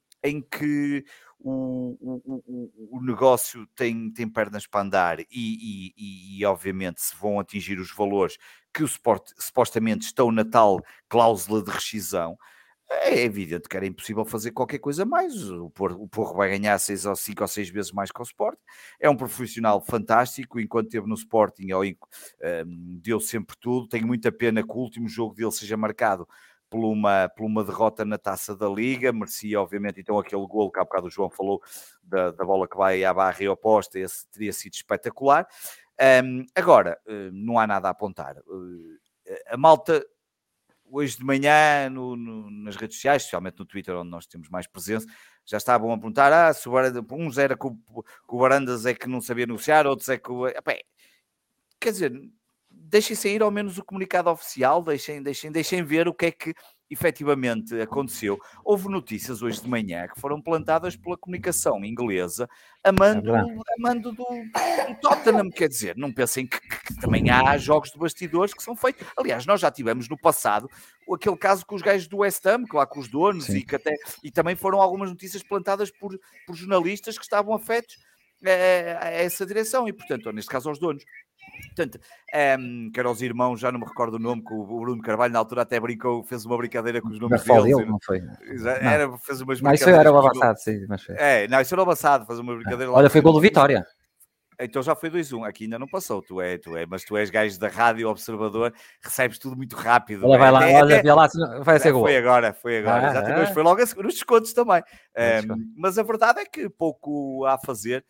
Speaker 2: o negócio tem pernas para andar e obviamente se vão atingir os valores que supostamente estão na tal cláusula de rescisão, é evidente que era impossível fazer qualquer coisa mais. O Porro vai ganhar 5 ou 6 vezes mais que o Sporting. É um profissional fantástico. Enquanto esteve no Sporting, deu sempre tudo. Tenho muita pena que o último jogo dele seja marcado por uma derrota na Taça da Liga. Merecia, obviamente, então aquele golo que há bocado o João falou, da bola que vai à barra e oposta. Esse teria sido espetacular. Agora, não há nada a apontar. A malta... Hoje de manhã, nas redes sociais, especialmente no Twitter, onde nós temos mais presença, já estavam a perguntar, se uns era que o Barandas é que não sabia negociar, outros é que... Quer dizer, deixem sair ao menos o comunicado oficial, deixem ver o que é que efetivamente aconteceu. Houve notícias hoje de manhã que foram plantadas pela comunicação inglesa a mando do Tottenham. Quer dizer, não pensem que também há jogos de bastidores que são feitos. Aliás, nós já tivemos no passado aquele caso com os gajos do West Ham, que lá com os donos, e também foram algumas notícias plantadas por jornalistas que estavam afetos a essa direção, e portanto, neste caso aos donos. Portanto, que eram os irmãos, já não me recordo o nome, que o Bruno Carvalho na altura até brincou, fez uma brincadeira com os nomes deles.
Speaker 3: Não foi?
Speaker 2: Fez umas
Speaker 3: brincadeiras. Isso era o avançado, sim. Mas foi.
Speaker 2: Não, isso era o avançado, fazer uma brincadeira.
Speaker 3: Olha, foi gol do Vitória.
Speaker 2: Então já foi 2-1, aqui ainda não passou, mas tu és gajo da Rádio Observador, recebes tudo muito rápido.
Speaker 3: Olha, vai lá, olha lá, vai ser gol.
Speaker 2: Foi agora. Exatamente, foi logo nos descontos também. Mas a verdade é que pouco há a fazer,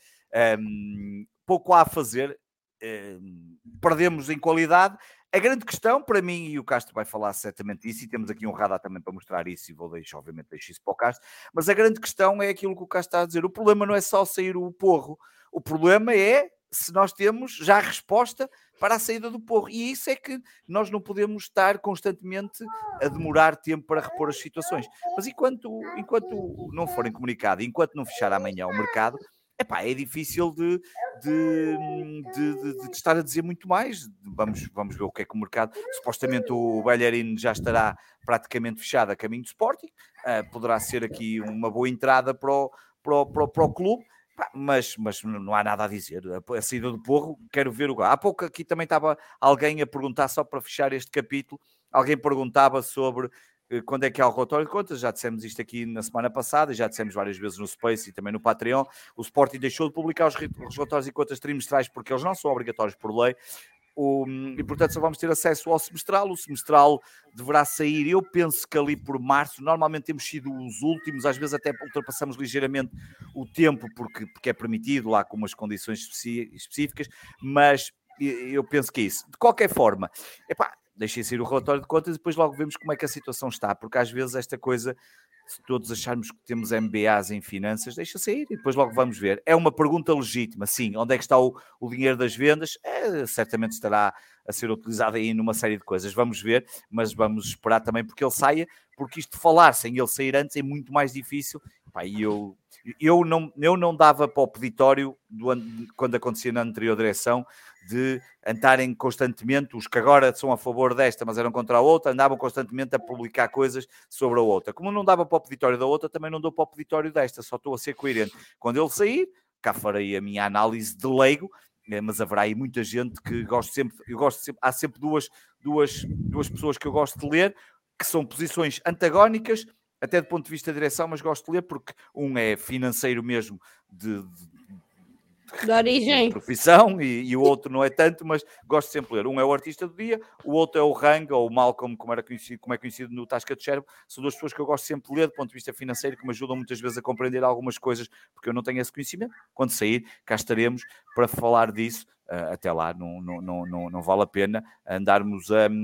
Speaker 2: perdemos em qualidade. A grande questão para mim, e o Castro vai falar certamente disso, e temos aqui um radar também para mostrar isso, e obviamente deixo isso para o Castro, mas a grande questão é aquilo que o Castro está a dizer. O problema não é só sair o Porro, o problema é se nós temos já a resposta para a saída do Porro, e isso é que nós não podemos estar constantemente a demorar tempo para repor as situações. Mas enquanto não forem comunicados, enquanto não fechar amanhã o mercado, é difícil de estar a dizer muito mais. Vamos ver o que é que o mercado... Supostamente o Bellerin já estará praticamente fechado a caminho do Sporting. Poderá ser aqui uma boa entrada para o clube. Mas não há nada a dizer. A saída do Porro, quero ver o gol. Há pouco aqui também estava alguém a perguntar, só para fechar este capítulo, alguém perguntava sobre... quando é que há o relatório de contas. Já dissemos isto aqui na semana passada, já dissemos várias vezes no Space e também no Patreon. O Sporting deixou de publicar os relatórios de contas trimestrais porque eles não são obrigatórios por lei, e portanto só vamos ter acesso ao semestral. O semestral deverá sair, eu penso que ali por março. Normalmente temos sido os últimos, às vezes até ultrapassamos ligeiramente o tempo porque é permitido lá com umas condições específicas, mas eu penso que é isso. De qualquer forma, deixem sair o relatório de contas e depois logo vemos como é que a situação está, porque às vezes esta coisa, se todos acharmos que temos MBAs em finanças, deixa sair e depois logo vamos ver. É uma pergunta legítima, sim, onde é que está o dinheiro das vendas? Certamente estará a ser utilizado aí numa série de coisas, vamos ver, mas vamos esperar também porque ele saia, porque isto de falar sem ele sair antes é muito mais difícil. Pá, e eu não dava para o peditório quando acontecia na anterior direção de andarem constantemente, os que agora são a favor desta, mas eram contra a outra, andavam constantemente a publicar coisas sobre a outra. Como não dava para o peditório da outra, também não dou para o peditório desta, só estou a ser coerente. Quando ele sair, cá farei a minha análise de leigo, mas haverá aí muita gente que há sempre duas pessoas que eu gosto de ler, que são posições antagónicas, até do ponto de vista de direção, mas gosto de ler porque um é financeiro mesmo de
Speaker 1: origem,
Speaker 2: de profissão e o outro não é tanto, mas gosto sempre de ler. Um é o artista do dia, o outro é o Rang ou o Malcolm, como é conhecido no Tasca de Cherbo. São duas pessoas que eu gosto sempre de ler do ponto de vista financeiro, que me ajudam muitas vezes a compreender algumas coisas, porque eu não tenho esse conhecimento. Quando sair, cá estaremos para falar disso. Até lá não vale a pena andarmos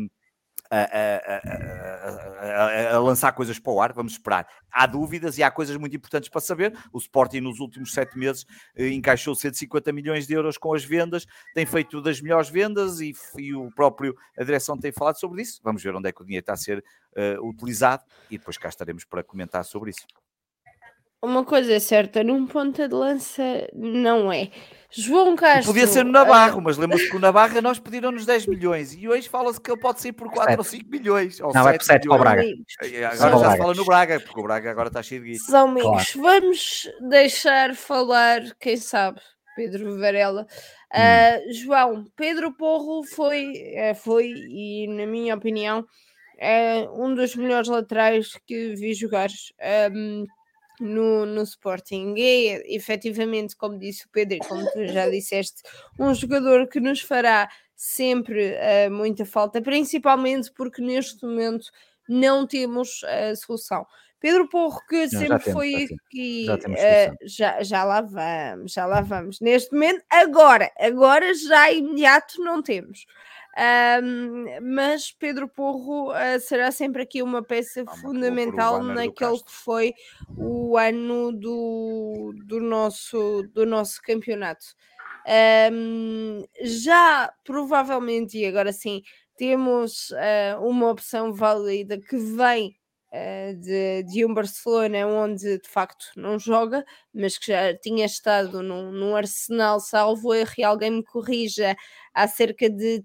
Speaker 2: a lançar coisas para o ar, vamos esperar. Há dúvidas e há coisas muito importantes para saber. O Sporting nos últimos 7 meses encaixou 150 milhões de euros com as vendas, tem feito das melhores vendas e a direção tem falado sobre isso. Vamos ver onde é que o dinheiro está a ser utilizado e depois cá estaremos para comentar sobre isso.
Speaker 1: uma coisa é certa, num ponta de lança não é. João Castro...
Speaker 2: Podia ser no Navarro, mas lembra-se que o Navarro nós pediram-nos 10 milhões e hoje fala-se que ele pode sair por 4 ou 5 milhões. Ou
Speaker 3: não, vai por 7 para o Braga.
Speaker 2: Agora já se fala no Braga, porque o Braga agora está cheio de guito.
Speaker 1: São amigos, claro. Vamos deixar falar, quem sabe, Pedro Varela. João, Pedro Porro foi, e na minha opinião, um dos melhores laterais que vi jogar no Sporting. É efetivamente, como disse o Pedro, como tu já disseste, um jogador que nos fará sempre muita falta, principalmente porque neste momento não temos a solução. Pedro Porro, que sempre foi aqui, já lá vamos. Neste momento, agora já imediato não temos. Mas Pedro Porro será sempre aqui uma peça fundamental naquele que foi o ano do nosso campeonato. Já provavelmente, e agora sim, temos uma opção válida que vem de um Barcelona onde de facto não joga, mas que já tinha estado num Arsenal, salvo erro, e alguém me corrija, há cerca de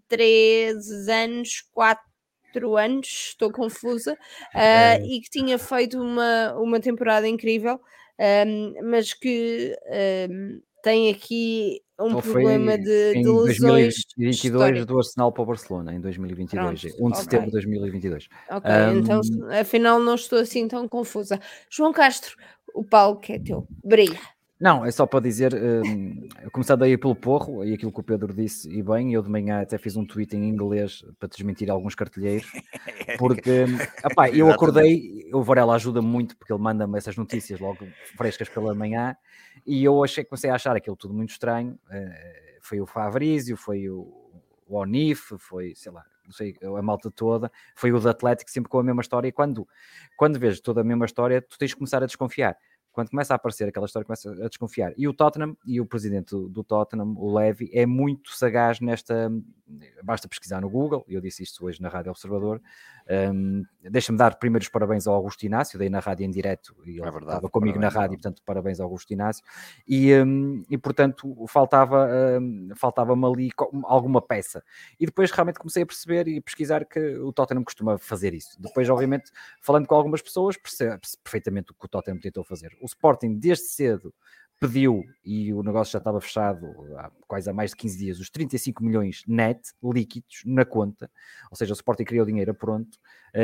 Speaker 1: 4 anos, estou confusa, e que tinha feito uma temporada incrível, mas que tem aqui problema de lesões.
Speaker 3: Em 2022 do Arsenal para o Barcelona, em 2022, pronto, 1 de setembro de 2022.
Speaker 1: Ok, então afinal não estou assim tão confusa. João Castro, o palco é teu, brilha.
Speaker 3: Não, é só para dizer, começando aí pelo Porro, e aquilo que o Pedro disse, e bem, eu de manhã até fiz um tweet em inglês para desmentir alguns cartelheiros, porque eu acordei, o Varela ajuda-me muito, porque ele manda-me essas notícias logo frescas pela manhã, e eu comecei a achar aquilo tudo muito estranho. Foi o Fabrício, foi o Onif, foi, sei lá, não sei, a malta toda, foi o do Atlético, sempre com a mesma história, e quando vês toda a mesma história, tu tens de começar a desconfiar. Quando começa a aparecer aquela história, começa a desconfiar. E o Tottenham, e o presidente do Tottenham, o Levy, é muito sagaz nesta... Basta pesquisar no Google, eu disse isto hoje na Rádio Observador. Deixa-me dar primeiro os parabéns ao Augusto Inácio, dei na rádio em direto, e ele estava comigo na rádio, portanto, parabéns ao Augusto Inácio. E portanto, faltava-me ali alguma peça. E depois realmente comecei a perceber e pesquisar que o Tottenham costuma fazer isso. Depois, obviamente, falando com algumas pessoas, percebe-se perfeitamente o que o Tottenham tentou fazer. O Sporting, desde cedo, pediu, e o negócio já estava fechado há quase há mais de 15 dias, os 35 milhões net, líquidos, na conta. Ou seja, o Sporting queria o dinheiro pronto.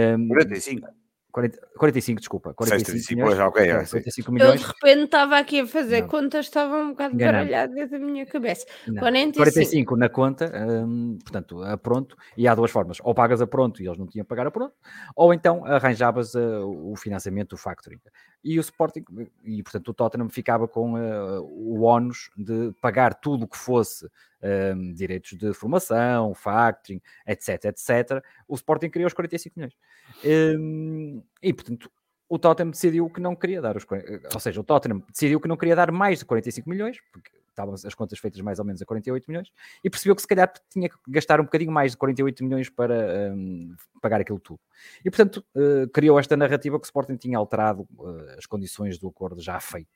Speaker 3: 45, desculpa. 45 milhões.
Speaker 2: Okay,
Speaker 3: 45 milhões.
Speaker 1: Eu de repente estava aqui a fazer contas, estava um bocado baralhado dentro da minha cabeça.
Speaker 3: 45 na conta, portanto, a pronto, e há duas formas. Ou pagas a pronto e eles não tinham que pagar a pronto, ou então arranjavas o financiamento, o factoring. E o Sporting, e portanto o Tottenham ficava com o ónus de pagar tudo o que fosse direitos de formação, factoring, etc, o Sporting queria os 45 milhões. E, portanto, o Tottenham decidiu que não queria dar ou seja, o Tottenham decidiu que não queria dar mais de 45 milhões, porque estavam as contas feitas mais ou menos a 48 milhões, e percebeu que se calhar tinha que gastar um bocadinho mais de 48 milhões para pagar aquilo tudo. E, portanto, criou esta narrativa que o Sporting tinha alterado as condições do acordo já feito.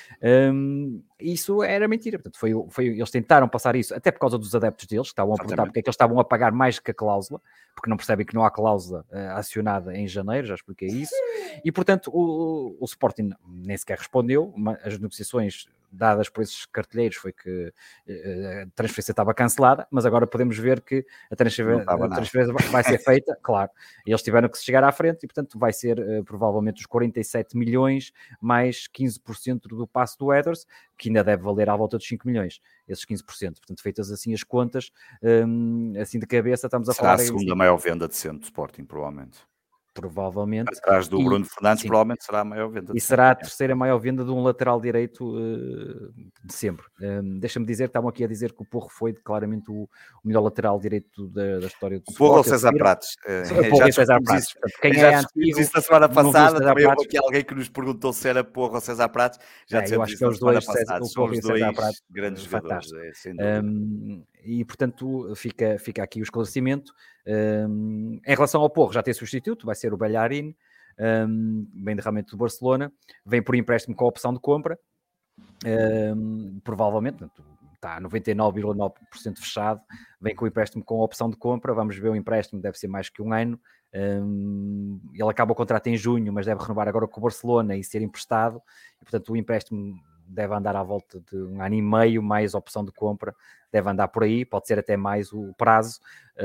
Speaker 3: Isso era mentira. Portanto, eles tentaram passar isso, até por causa dos adeptos deles, que estavam a perguntar porque é que eles estavam a pagar mais que a cláusula, porque não percebem que não há cláusula acionada em janeiro, já expliquei isso, e portanto o Sporting nem sequer respondeu. As negociações dadas por esses cartelheiros foi que a transferência estava cancelada, mas agora podemos ver que a transferência vai ser feita, claro, e eles tiveram que chegar à frente e portanto vai ser provavelmente os 47 milhões mais 15% do passe do Ederson, que ainda deve valer à volta dos 5 milhões, esses 15%, portanto feitas assim as contas, assim de cabeça estamos a falar...
Speaker 2: Será a segunda maior venda de sempre do Sporting, provavelmente.
Speaker 3: Atrás
Speaker 2: do Bruno Fernandes, sim. Provavelmente será a maior venda de sempre.
Speaker 3: E será a terceira maior venda de um lateral direito de sempre. Deixa-me dizer, estavam aqui a dizer que o Porro foi claramente o melhor lateral direito da história do Sporting.
Speaker 2: O Porro ou César Prates?
Speaker 3: O Porro e César Prates.
Speaker 2: Quem é antigo, isso na semana passada, também houve aqui alguém que nos perguntou se era Porro ou César Prates.
Speaker 3: Eu acho que é os dois,
Speaker 2: o Porro e César Prates, grandes jogadores.
Speaker 3: E portanto fica aqui o esclarecimento. Em relação ao Porro, já tem substituto, vai ser o Bellerin, vem de realmente do Barcelona, vem por empréstimo com a opção de compra, provavelmente está a 99,9% fechado, vem com o empréstimo com a opção de compra. Vamos ver, o empréstimo deve ser mais que um ano. Ele acaba o contrato em junho, mas deve renovar agora com o Barcelona e ser emprestado, e portanto o empréstimo deve andar à volta de um ano e meio, mais a opção de compra, deve andar por aí, pode ser até mais o prazo.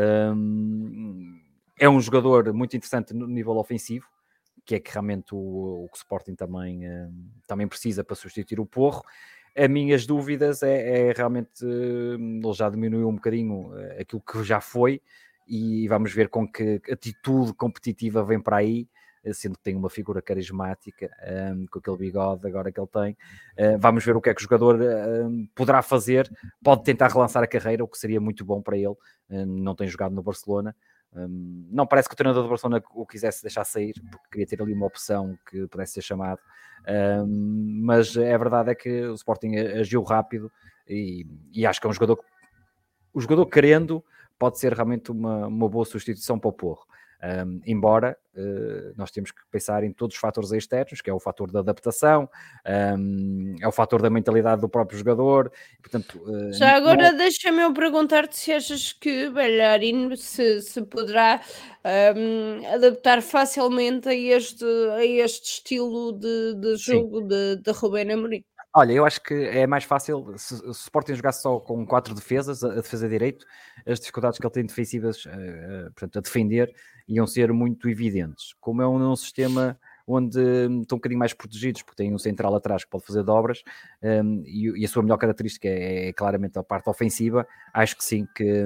Speaker 3: É um jogador muito interessante no nível ofensivo, que é que realmente o Sporting também precisa para substituir o Porro. As minhas dúvidas é realmente, ele já diminuiu um bocadinho aquilo que já foi, e vamos ver com que atitude competitiva vem para aí, sendo que tem uma figura carismática, com aquele bigode agora que ele tem. Vamos ver o que é que o jogador poderá fazer. Pode tentar relançar a carreira, o que seria muito bom para ele. Não tem jogado no Barcelona. Não parece que o treinador do Barcelona o quisesse deixar sair, porque queria ter ali uma opção que pudesse ser chamado. Mas a verdade é que o Sporting agiu rápido, e acho que é um jogador que, o jogador querendo, pode ser realmente uma boa substituição para o Porro. Embora nós temos que pensar em todos os fatores externos, que é o fator da adaptação, é o fator da mentalidade do próprio jogador. Portanto,
Speaker 1: já agora deixa-me eu perguntar-te se achas que Bellerin se poderá adaptar facilmente a este estilo de jogo de Rubén Amorim.
Speaker 3: Olha, eu acho que é mais fácil se o Sporting jogasse só com 4 defesas, a defesa direito, as dificuldades que ele tem defensivas, portanto, a defender, iam ser muito evidentes. Como é um sistema onde estão um bocadinho mais protegidos, porque tem um central atrás que pode fazer dobras, e a sua melhor característica é claramente a parte ofensiva, acho que sim, que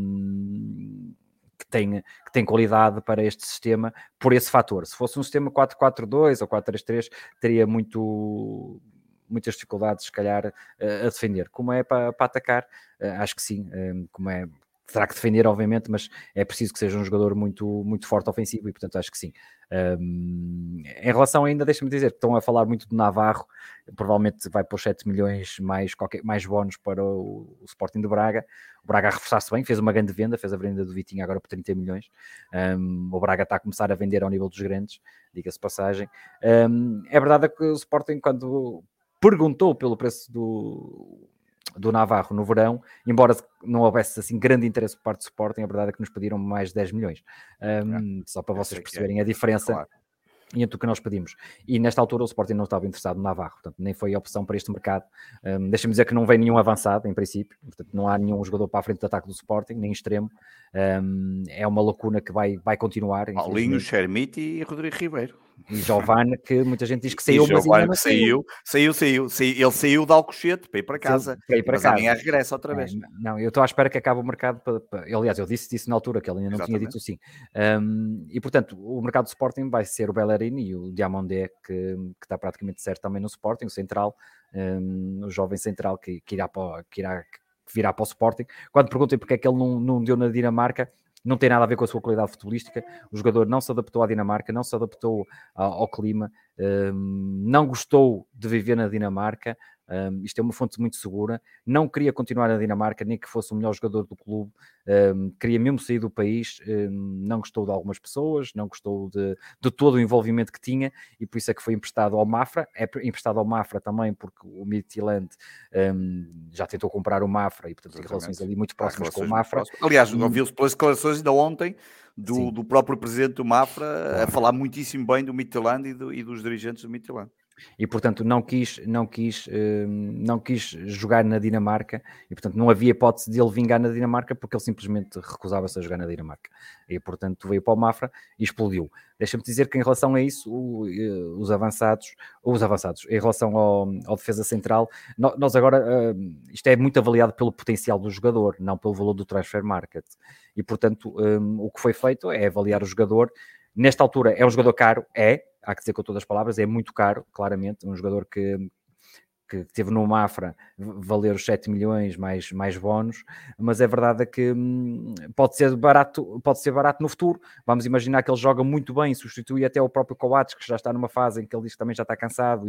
Speaker 3: tem qualidade para este sistema por esse fator. Se fosse um sistema 4-4-2 ou 4-3-3, teria muitas dificuldades, se calhar, a defender. Como é para atacar, acho que sim. Terá que defender, obviamente, mas é preciso que seja um jogador muito, muito forte ofensivo, e portanto acho que sim. Em relação ainda, deixa-me dizer que estão a falar muito de Navarro, provavelmente vai pôr 7 milhões mais bónus para o Sporting de Braga. O Braga a reforçar-se bem, fez uma grande venda, fez a venda do Vitinho agora por 30 milhões. O Braga está a começar a vender ao nível dos grandes, diga-se passagem. É verdade que o Sporting, quando perguntou pelo preço do Navarro no verão, embora não houvesse assim grande interesse por parte do Sporting, a verdade é que nos pediram mais de 10 milhões. Só para vocês perceberem a diferença, claro, entre o que nós pedimos. E nesta altura o Sporting não estava interessado no Navarro, portanto nem foi opção para este mercado. Deixa-me dizer que não vem nenhum avançado, em princípio, portanto não há nenhum jogador para a frente de ataque do Sporting, nem extremo. É uma lacuna que vai continuar.
Speaker 2: Paulinho, Chermiti e Rodrigo Ribeiro.
Speaker 3: E Giovane, que muita gente diz que saiu, mas
Speaker 2: ainda não saiu. Ele saiu de Alcochete para ir para casa, mas amanhã regressa outra vez.
Speaker 3: Não, eu estou à espera que acabe o mercado aliás, eu disse na altura, que ele ainda não tinha dito sim. E portanto, o mercado do Sporting vai ser o Bellerin e o Diamandé, que está praticamente certo também no Sporting, o central, o jovem central que irá virá para o Sporting. Quando perguntem porque é que ele não deu na Dinamarca, não tem nada a ver com a sua qualidade futebolística. O jogador não se adaptou à Dinamarca, não se adaptou ao clima, não gostou de viver na Dinamarca. Isto é uma fonte muito segura. Não queria continuar na Dinamarca, nem que fosse o melhor jogador do clube. Queria mesmo sair do país. Não gostou de algumas pessoas, não gostou de todo o envolvimento que tinha, e por isso é que foi emprestado ao Mafra. É emprestado ao Mafra também porque o Midtjylland já tentou comprar o Mafra e, portanto, tem relações ali muito próximas com o Mafra.
Speaker 2: Aliás, ouviu-se pelas declarações ainda ontem do próprio presidente do Mafra, a falar muitíssimo bem do Midtjylland e dos dirigentes do Midtjylland.
Speaker 3: E, portanto, não quis jogar na Dinamarca, e, portanto, não havia hipótese de ele vingar na Dinamarca, porque ele simplesmente recusava-se a jogar na Dinamarca. E, portanto, veio para o Mafra e explodiu. Deixa-me dizer que, em relação a isso, os avançados, em relação ao defesa central, nós agora, isto é muito avaliado pelo potencial do jogador, não pelo valor do transfer market. E, portanto, o que foi feito é avaliar o jogador. Nesta altura, é um jogador caro, há que dizer com todas as palavras, é muito caro, claramente, um jogador que teve no Mafra valer os 7 milhões mais bónus, mas é verdade que pode ser barato no futuro. Vamos imaginar que ele joga muito bem, substitui até o próprio Coates, que já está numa fase em que ele diz que também já está cansado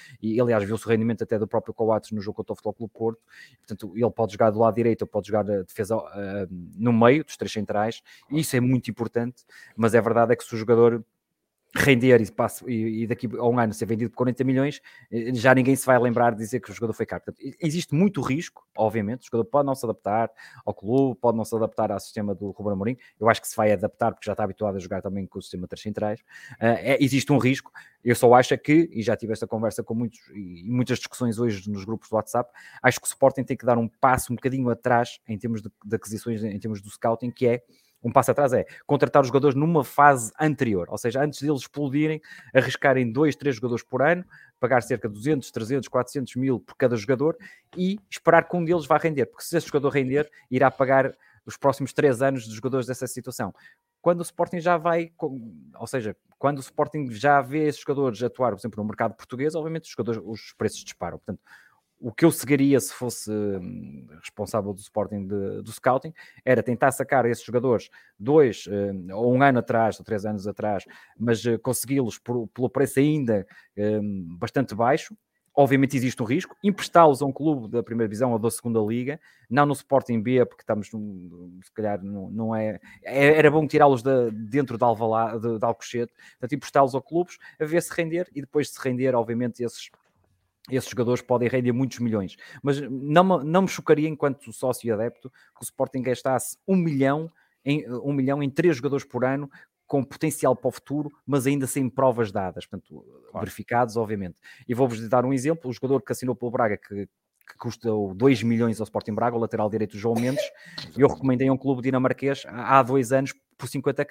Speaker 3: e aliás, viu-se o rendimento até do próprio Coates no jogo contra o Futebol Clube Porto. Portanto, ele pode jogar do lado direito, ou pode jogar a defesa no meio dos três centrais, e isso é muito importante, mas é verdade que se o jogador render e daqui a um ano ser vendido por 40 milhões, já ninguém se vai lembrar de dizer que o jogador foi caro. Portanto, existe muito risco, obviamente, o jogador pode não se adaptar ao clube, pode não se adaptar ao sistema do Ruben Amorim. Eu acho que se vai adaptar porque já está habituado a jogar também com o sistema de três centrais. Existe um risco. Eu só acho que, e já tive esta conversa com muitas discussões hoje nos grupos do WhatsApp, acho que o Sporting tem que dar um passo um bocadinho atrás em termos de aquisições, em termos do scouting, que é um passo atrás, contratar os jogadores numa fase anterior, ou seja, antes deles explodirem, arriscarem 2, 3 jogadores por ano, pagar cerca de 200, 300, 400 mil por cada jogador e esperar que um deles vá render, porque se esse jogador render, irá pagar os próximos 3 anos dos jogadores dessa situação. Quando o Sporting já vai, ou seja, quando o Sporting já vê esses jogadores atuar, por exemplo, no mercado português, obviamente os preços disparam. Portanto, o que eu seguiria se fosse responsável do Sporting do scouting era tentar sacar esses jogadores 2 ou 1 ano atrás, ou 3 anos atrás, mas consegui-los pelo preço ainda bastante baixo. Obviamente existe um risco, emprestá-los a um clube da primeira divisão ou da segunda liga, não no Sporting B, porque estamos, se calhar, não é... Era bom tirá-los dentro de Alcochete, portanto, emprestá-los a clubes, a ver se render, e depois de se render, obviamente, esses jogadores podem render muitos milhões. Mas não me chocaria, enquanto sócio e adepto, que o Sporting gastasse 1 milhão em 3 jogadores por ano, com potencial para o futuro, mas ainda sem provas dadas, portanto, verificados, obviamente. E vou-vos dar um exemplo: o jogador que assinou pelo Braga, que custou 2 milhões ao Sporting Braga, o lateral direito João Mendes, e eu recomendei a um clube dinamarquês há 2 anos por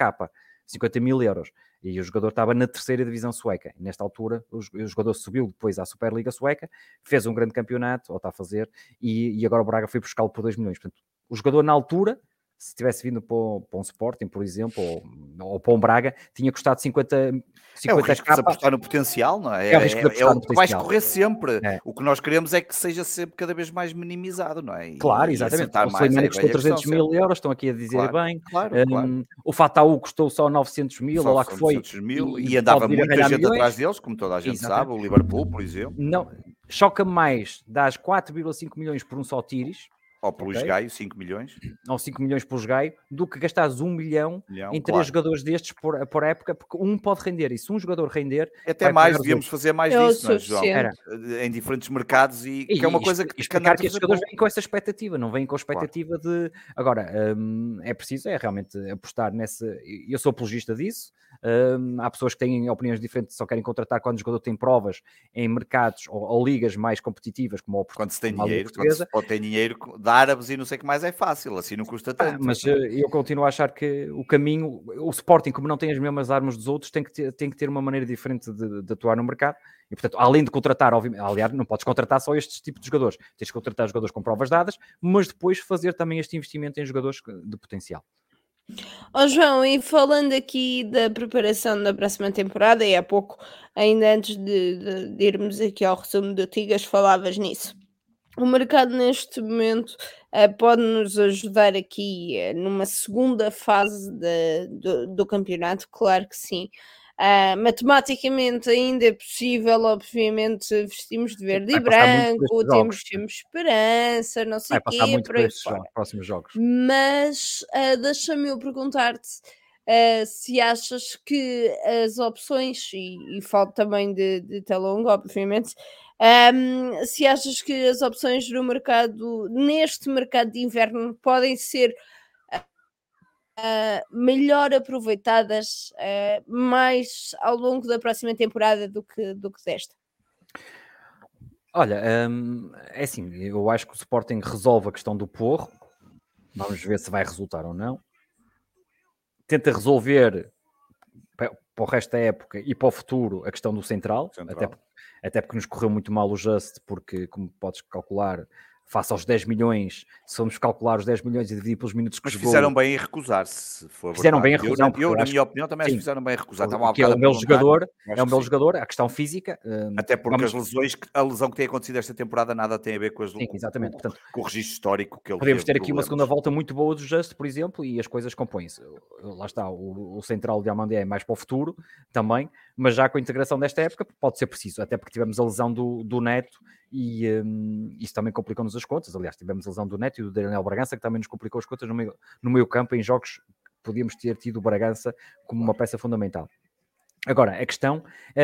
Speaker 3: 50 mil euros, e o jogador estava na terceira divisão sueca. E nesta altura o jogador subiu depois à Superliga Sueca, fez um grande campeonato, ou está a fazer, e agora o Braga foi buscá-lo por 2 milhões. Portanto, o jogador na altura, se tivesse vindo para um Sporting, por exemplo, ou para um Braga, tinha custado 50
Speaker 2: é o risco de se apostar no potencial, não é? É o que vais correr sempre. O que nós queremos é que seja sempre cada vez mais minimizado, não é?
Speaker 3: Claro, exatamente. O Slimani custou 300 mil euros, estão aqui a dizer bem.
Speaker 2: Claro.
Speaker 3: O Fataú custou só 900 mil, ou lá que foi.
Speaker 2: 900 mil, e andava muita gente atrás deles, como toda a gente sabe, o Liverpool, por exemplo.
Speaker 3: Não, choca-me mais, dás 4,5 milhões por um só Tiris,
Speaker 2: ou pelo Esgaio, 5 milhões.
Speaker 3: Ou 5 milhões por Esgaio, do que gastares 1 milhão em 3 jogadores destes por época, porque um pode render, e se um jogador render...
Speaker 2: Até mais, devíamos fazer mais disso, não é, João? Em diferentes mercados, e que é uma coisa que...
Speaker 3: Explicar que estes jogadores vêm com essa expectativa, não vêm com a expectativa de... Agora, é preciso, realmente apostar nessa... Eu sou apologista disso. Há pessoas que têm opiniões diferentes, só querem contratar quando o jogador tem provas em mercados ou ligas mais competitivas, como o
Speaker 2: quando se tem dinheiro, quando se pode ter dinheiro de árabes e não sei o que mais, é fácil, assim não custa tanto.
Speaker 3: Mas eu continuo a achar que o caminho, o Sporting, como não tem as mesmas armas dos outros, tem que ter uma maneira diferente de atuar no mercado. E, portanto, além de contratar, obviamente, aliás, não podes contratar só estes tipos de jogadores, tens que contratar jogadores com provas dadas, mas depois fazer também este investimento em jogadores de potencial.
Speaker 1: João, e falando aqui da preparação da próxima temporada, e há pouco, ainda antes de irmos aqui ao resumo do Tigas, falavas nisso. O mercado neste momento pode-nos ajudar aqui numa segunda fase do campeonato? Claro que sim. Matematicamente ainda é possível, obviamente, vestimos de verde e
Speaker 3: Vai passar muito por
Speaker 1: branco,
Speaker 3: estes
Speaker 1: temos
Speaker 3: jogos.
Speaker 1: sempre esperança, não sei
Speaker 3: Vai
Speaker 1: o
Speaker 3: passar
Speaker 1: quê,
Speaker 3: muito
Speaker 1: por
Speaker 3: por
Speaker 1: aí
Speaker 3: estes
Speaker 1: fora.
Speaker 3: próximos jogos.
Speaker 1: Mas deixa-me eu perguntar-te se achas que as opções, e falo também de Telongo, obviamente, se achas que as opções no mercado, neste mercado de inverno, podem ser melhor aproveitadas mais ao longo da próxima temporada do que desta?
Speaker 3: Olha, é assim, eu acho que o Sporting resolve a questão do Porro. Vamos ver se vai resultar ou não. Tenta resolver para o resto da época e para o futuro a questão do central. Até porque nos correu muito mal o Just, porque, como podes calcular, face aos 10 milhões, se formos calcular os 10 milhões e dividir pelos minutos que
Speaker 2: Mas
Speaker 3: jogou...
Speaker 2: fizeram bem em recusar-se, se for
Speaker 3: Fizeram bem
Speaker 2: verdade.
Speaker 3: em recusar,
Speaker 2: Eu, na
Speaker 3: acho
Speaker 2: minha opinião, também acho que
Speaker 3: sim,
Speaker 2: fizeram bem em recusar. Estavam há
Speaker 3: que é
Speaker 2: bocado
Speaker 3: um
Speaker 2: a
Speaker 3: belo
Speaker 2: perguntar.
Speaker 3: jogador,
Speaker 2: Acho
Speaker 3: é um
Speaker 2: que
Speaker 3: belo
Speaker 2: sim.
Speaker 3: jogador, a questão física...
Speaker 2: Até porque
Speaker 3: vamos-
Speaker 2: a lesão que tem acontecido esta temporada nada tem a ver com,
Speaker 3: Sim, exatamente. Portanto,
Speaker 2: com o registro histórico que ele
Speaker 3: podemos
Speaker 2: teve
Speaker 3: ter aqui uma
Speaker 2: problemas.
Speaker 3: segunda volta muito boa do Just, por exemplo, e as coisas compõem-se. Lá está, o central de Amandé é mais para o futuro também, mas já com a integração desta época pode ser preciso, até porque tivemos a lesão do Neto e isso também complicou-nos as contas. Aliás, tivemos a lesão do Neto e do Daniel Bragança, que também nos complicou as contas no meio campo, em jogos que podíamos ter tido o Bragança como uma peça fundamental. Agora, a questão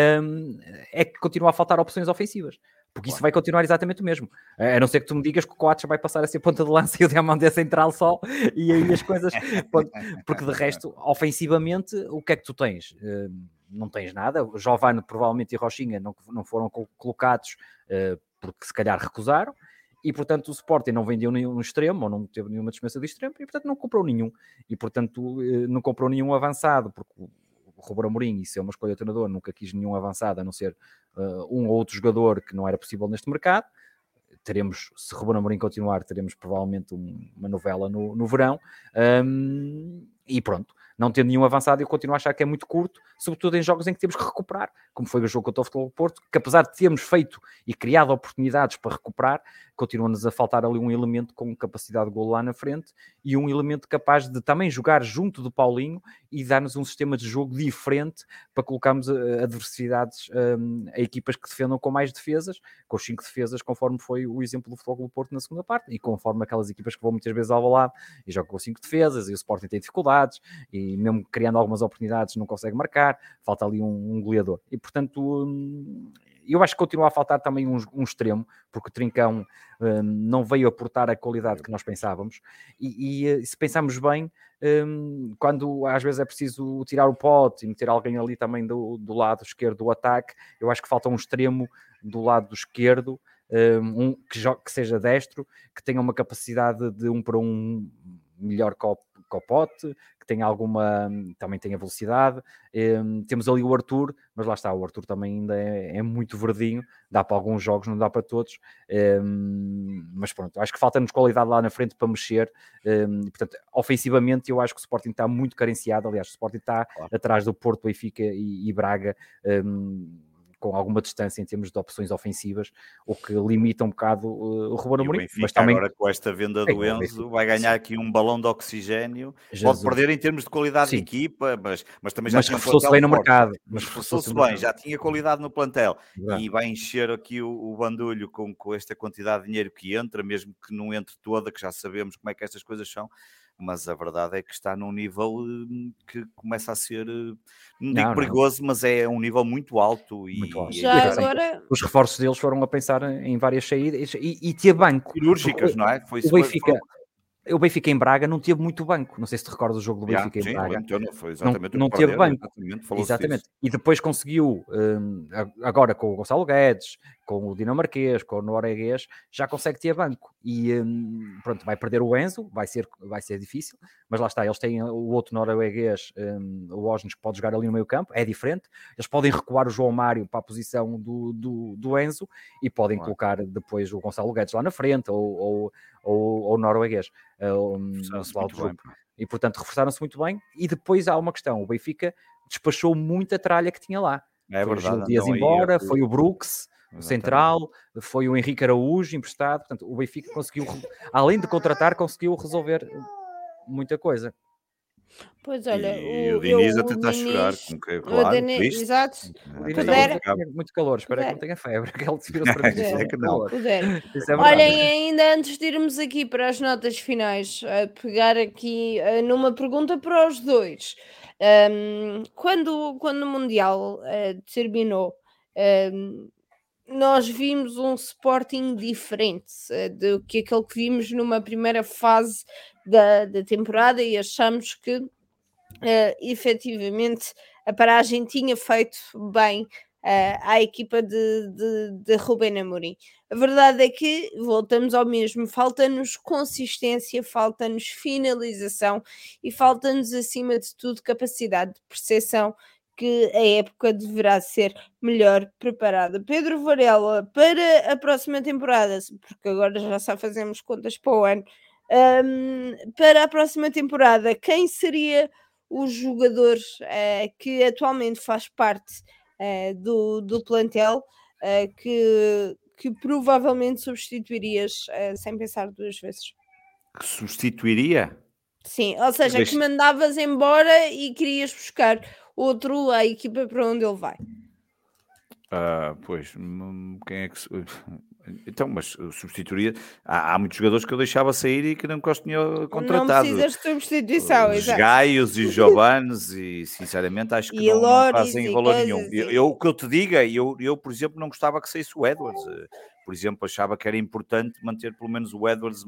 Speaker 3: é que continua a faltar opções ofensivas. Porque isso vai continuar exatamente o mesmo. A não ser que tu me digas que o Coates vai passar a ser ponta de lança e o Diamante é central só, e aí as coisas... Porque de resto, ofensivamente, o que é que tu tens? Não tens nada. O Giovanni, provavelmente, e Rochinha não foram colocados porque se calhar recusaram. E, portanto, o Sporting não vendeu nenhum extremo, ou não teve nenhuma dispensa de extremo, e, portanto, não comprou nenhum. E, portanto, não comprou nenhum avançado, porque o Ruben Amorim, isso é uma escolha de treinador, nunca quis nenhum avançado, a não ser um ou outro jogador que não era possível neste mercado. Teremos, se Ruben Amorim continuar, teremos provavelmente uma novela no verão. E pronto, não tendo nenhum avançado, eu continuo a achar que é muito curto, sobretudo em jogos em que temos que recuperar, como foi o jogo contra o Futebol do Porto, que apesar de termos feito e criado oportunidades para recuperar, continua-nos a faltar ali um elemento com capacidade de golo lá na frente e um elemento capaz de também jogar junto do Paulinho e dar-nos um sistema de jogo diferente para colocarmos adversidades a equipas que defendam com mais defesas, com os 5 defesas, conforme foi o exemplo do Futebol do Porto na segunda parte, e conforme aquelas equipas que vão muitas vezes ao Alvalade e jogam com 5 defesas, e o Sporting tem dificuldades, e mesmo criando algumas oportunidades não consegue marcar, falta ali um goleador. E portanto, eu acho que continua a faltar também um extremo, porque o Trincão não veio aportar a qualidade que nós pensávamos, e se pensarmos bem, quando às vezes é preciso tirar o pote e meter alguém ali também do lado esquerdo do ataque, eu acho que falta um extremo do lado esquerdo, que seja destro, que tenha uma capacidade de 1 para 1 melhor que o pote, que tenha também tenha velocidade. Temos ali o Arthur, mas lá está, o Arthur também ainda é muito verdinho, dá para alguns jogos, não dá para todos, mas pronto, acho que falta-nos qualidade lá na frente para mexer. Portanto, ofensivamente eu acho que o Sporting está muito carenciado. Aliás, o Sporting está atrás do Porto, Benfica e Braga, com alguma distância em termos de opções ofensivas, o que limita um bocado o Ruben Amorim.
Speaker 2: Mas também agora com esta venda do Enzo vai ganhar aqui um balão de oxigênio. Pode perder em termos de qualidade de equipa, mas também já tinha
Speaker 3: reforçou-se bem no mercado.
Speaker 2: Mas reforçou-se bem, já tinha qualidade no plantel. E vai encher aqui o bandulho com esta quantidade de dinheiro que entra, mesmo que não entre toda, que já sabemos como é que estas coisas são. Mas a verdade é que está num nível que começa a ser, não digo perigoso, mas é um nível muito alto.
Speaker 3: Muito alto.
Speaker 1: Já agora...
Speaker 3: Os reforços deles foram a pensar em várias saídas e ter banco.
Speaker 2: Cirúrgicas, não é?
Speaker 3: O Benfica em Braga não teve muito banco. Não sei se te recordas do jogo do Benfica em Braga.
Speaker 2: Foi exatamente
Speaker 3: não teve banco. Exatamente. E depois conseguiu, agora com o Gonçalo Guedes, com o dinamarquês, com o norueguês, já consegue ter banco. E pronto, vai perder o Enzo, vai ser difícil, mas lá está, eles têm o outro norueguês, o Osnes, que pode jogar ali no meio campo, é diferente. Eles podem recuar o João Mário para a posição do Enzo e podem colocar depois o Gonçalo Guedes lá na frente, ou o norueguês. E portanto reforçaram-se muito bem. E depois há uma questão: o Benfica despachou muita tralha que tinha lá.
Speaker 2: É
Speaker 3: foi
Speaker 2: verdade,
Speaker 3: o Gil Dias embora, foi o Brooks, central, foi o Henrique Araújo emprestado, portanto o Benfica conseguiu, além de contratar, conseguiu resolver muita coisa.
Speaker 1: Pois olha,
Speaker 2: E o Diniz a tentar chorar, claro, triste.
Speaker 1: Exato.
Speaker 3: O Diniz estava com muito calor, espero que não tenha febre, que ele virou-se para
Speaker 2: Isso é que não.
Speaker 1: Olhem, ainda antes de irmos aqui para as notas finais, a pegar aqui numa pergunta para os dois. Quando o Mundial terminou, nós vimos um Sporting diferente do que aquele que vimos numa primeira fase da temporada e achamos que efetivamente a paragem tinha feito bem à equipa de Rubén Amorim. A verdade é que voltamos ao mesmo, falta-nos consistência, falta-nos finalização e falta-nos acima de tudo capacidade de percepção, que a época deverá ser melhor preparada. Pedro Varela, para a próxima temporada, porque agora já só fazemos contas para o ano, para a próxima temporada, quem seria o jogador que atualmente faz parte do plantel que provavelmente substituirias sem pensar duas vezes?
Speaker 2: Que substituiria?
Speaker 1: Sim, ou seja, que mandavas embora e querias buscar outro à equipa para onde ele vai.
Speaker 2: Pois, quem é que... Então, mas substituiria... Há muitos jogadores que eu deixava sair e que não tinha contratado.
Speaker 1: Não precisas de substituição,
Speaker 2: os
Speaker 1: exato.
Speaker 2: Gaios e Giovannes e, sinceramente, acho que não fazem valor nenhum. O que eu te digo é, eu, por exemplo, não gostava que saísse o Edwards. Por exemplo, achava que era importante manter pelo menos o Edwards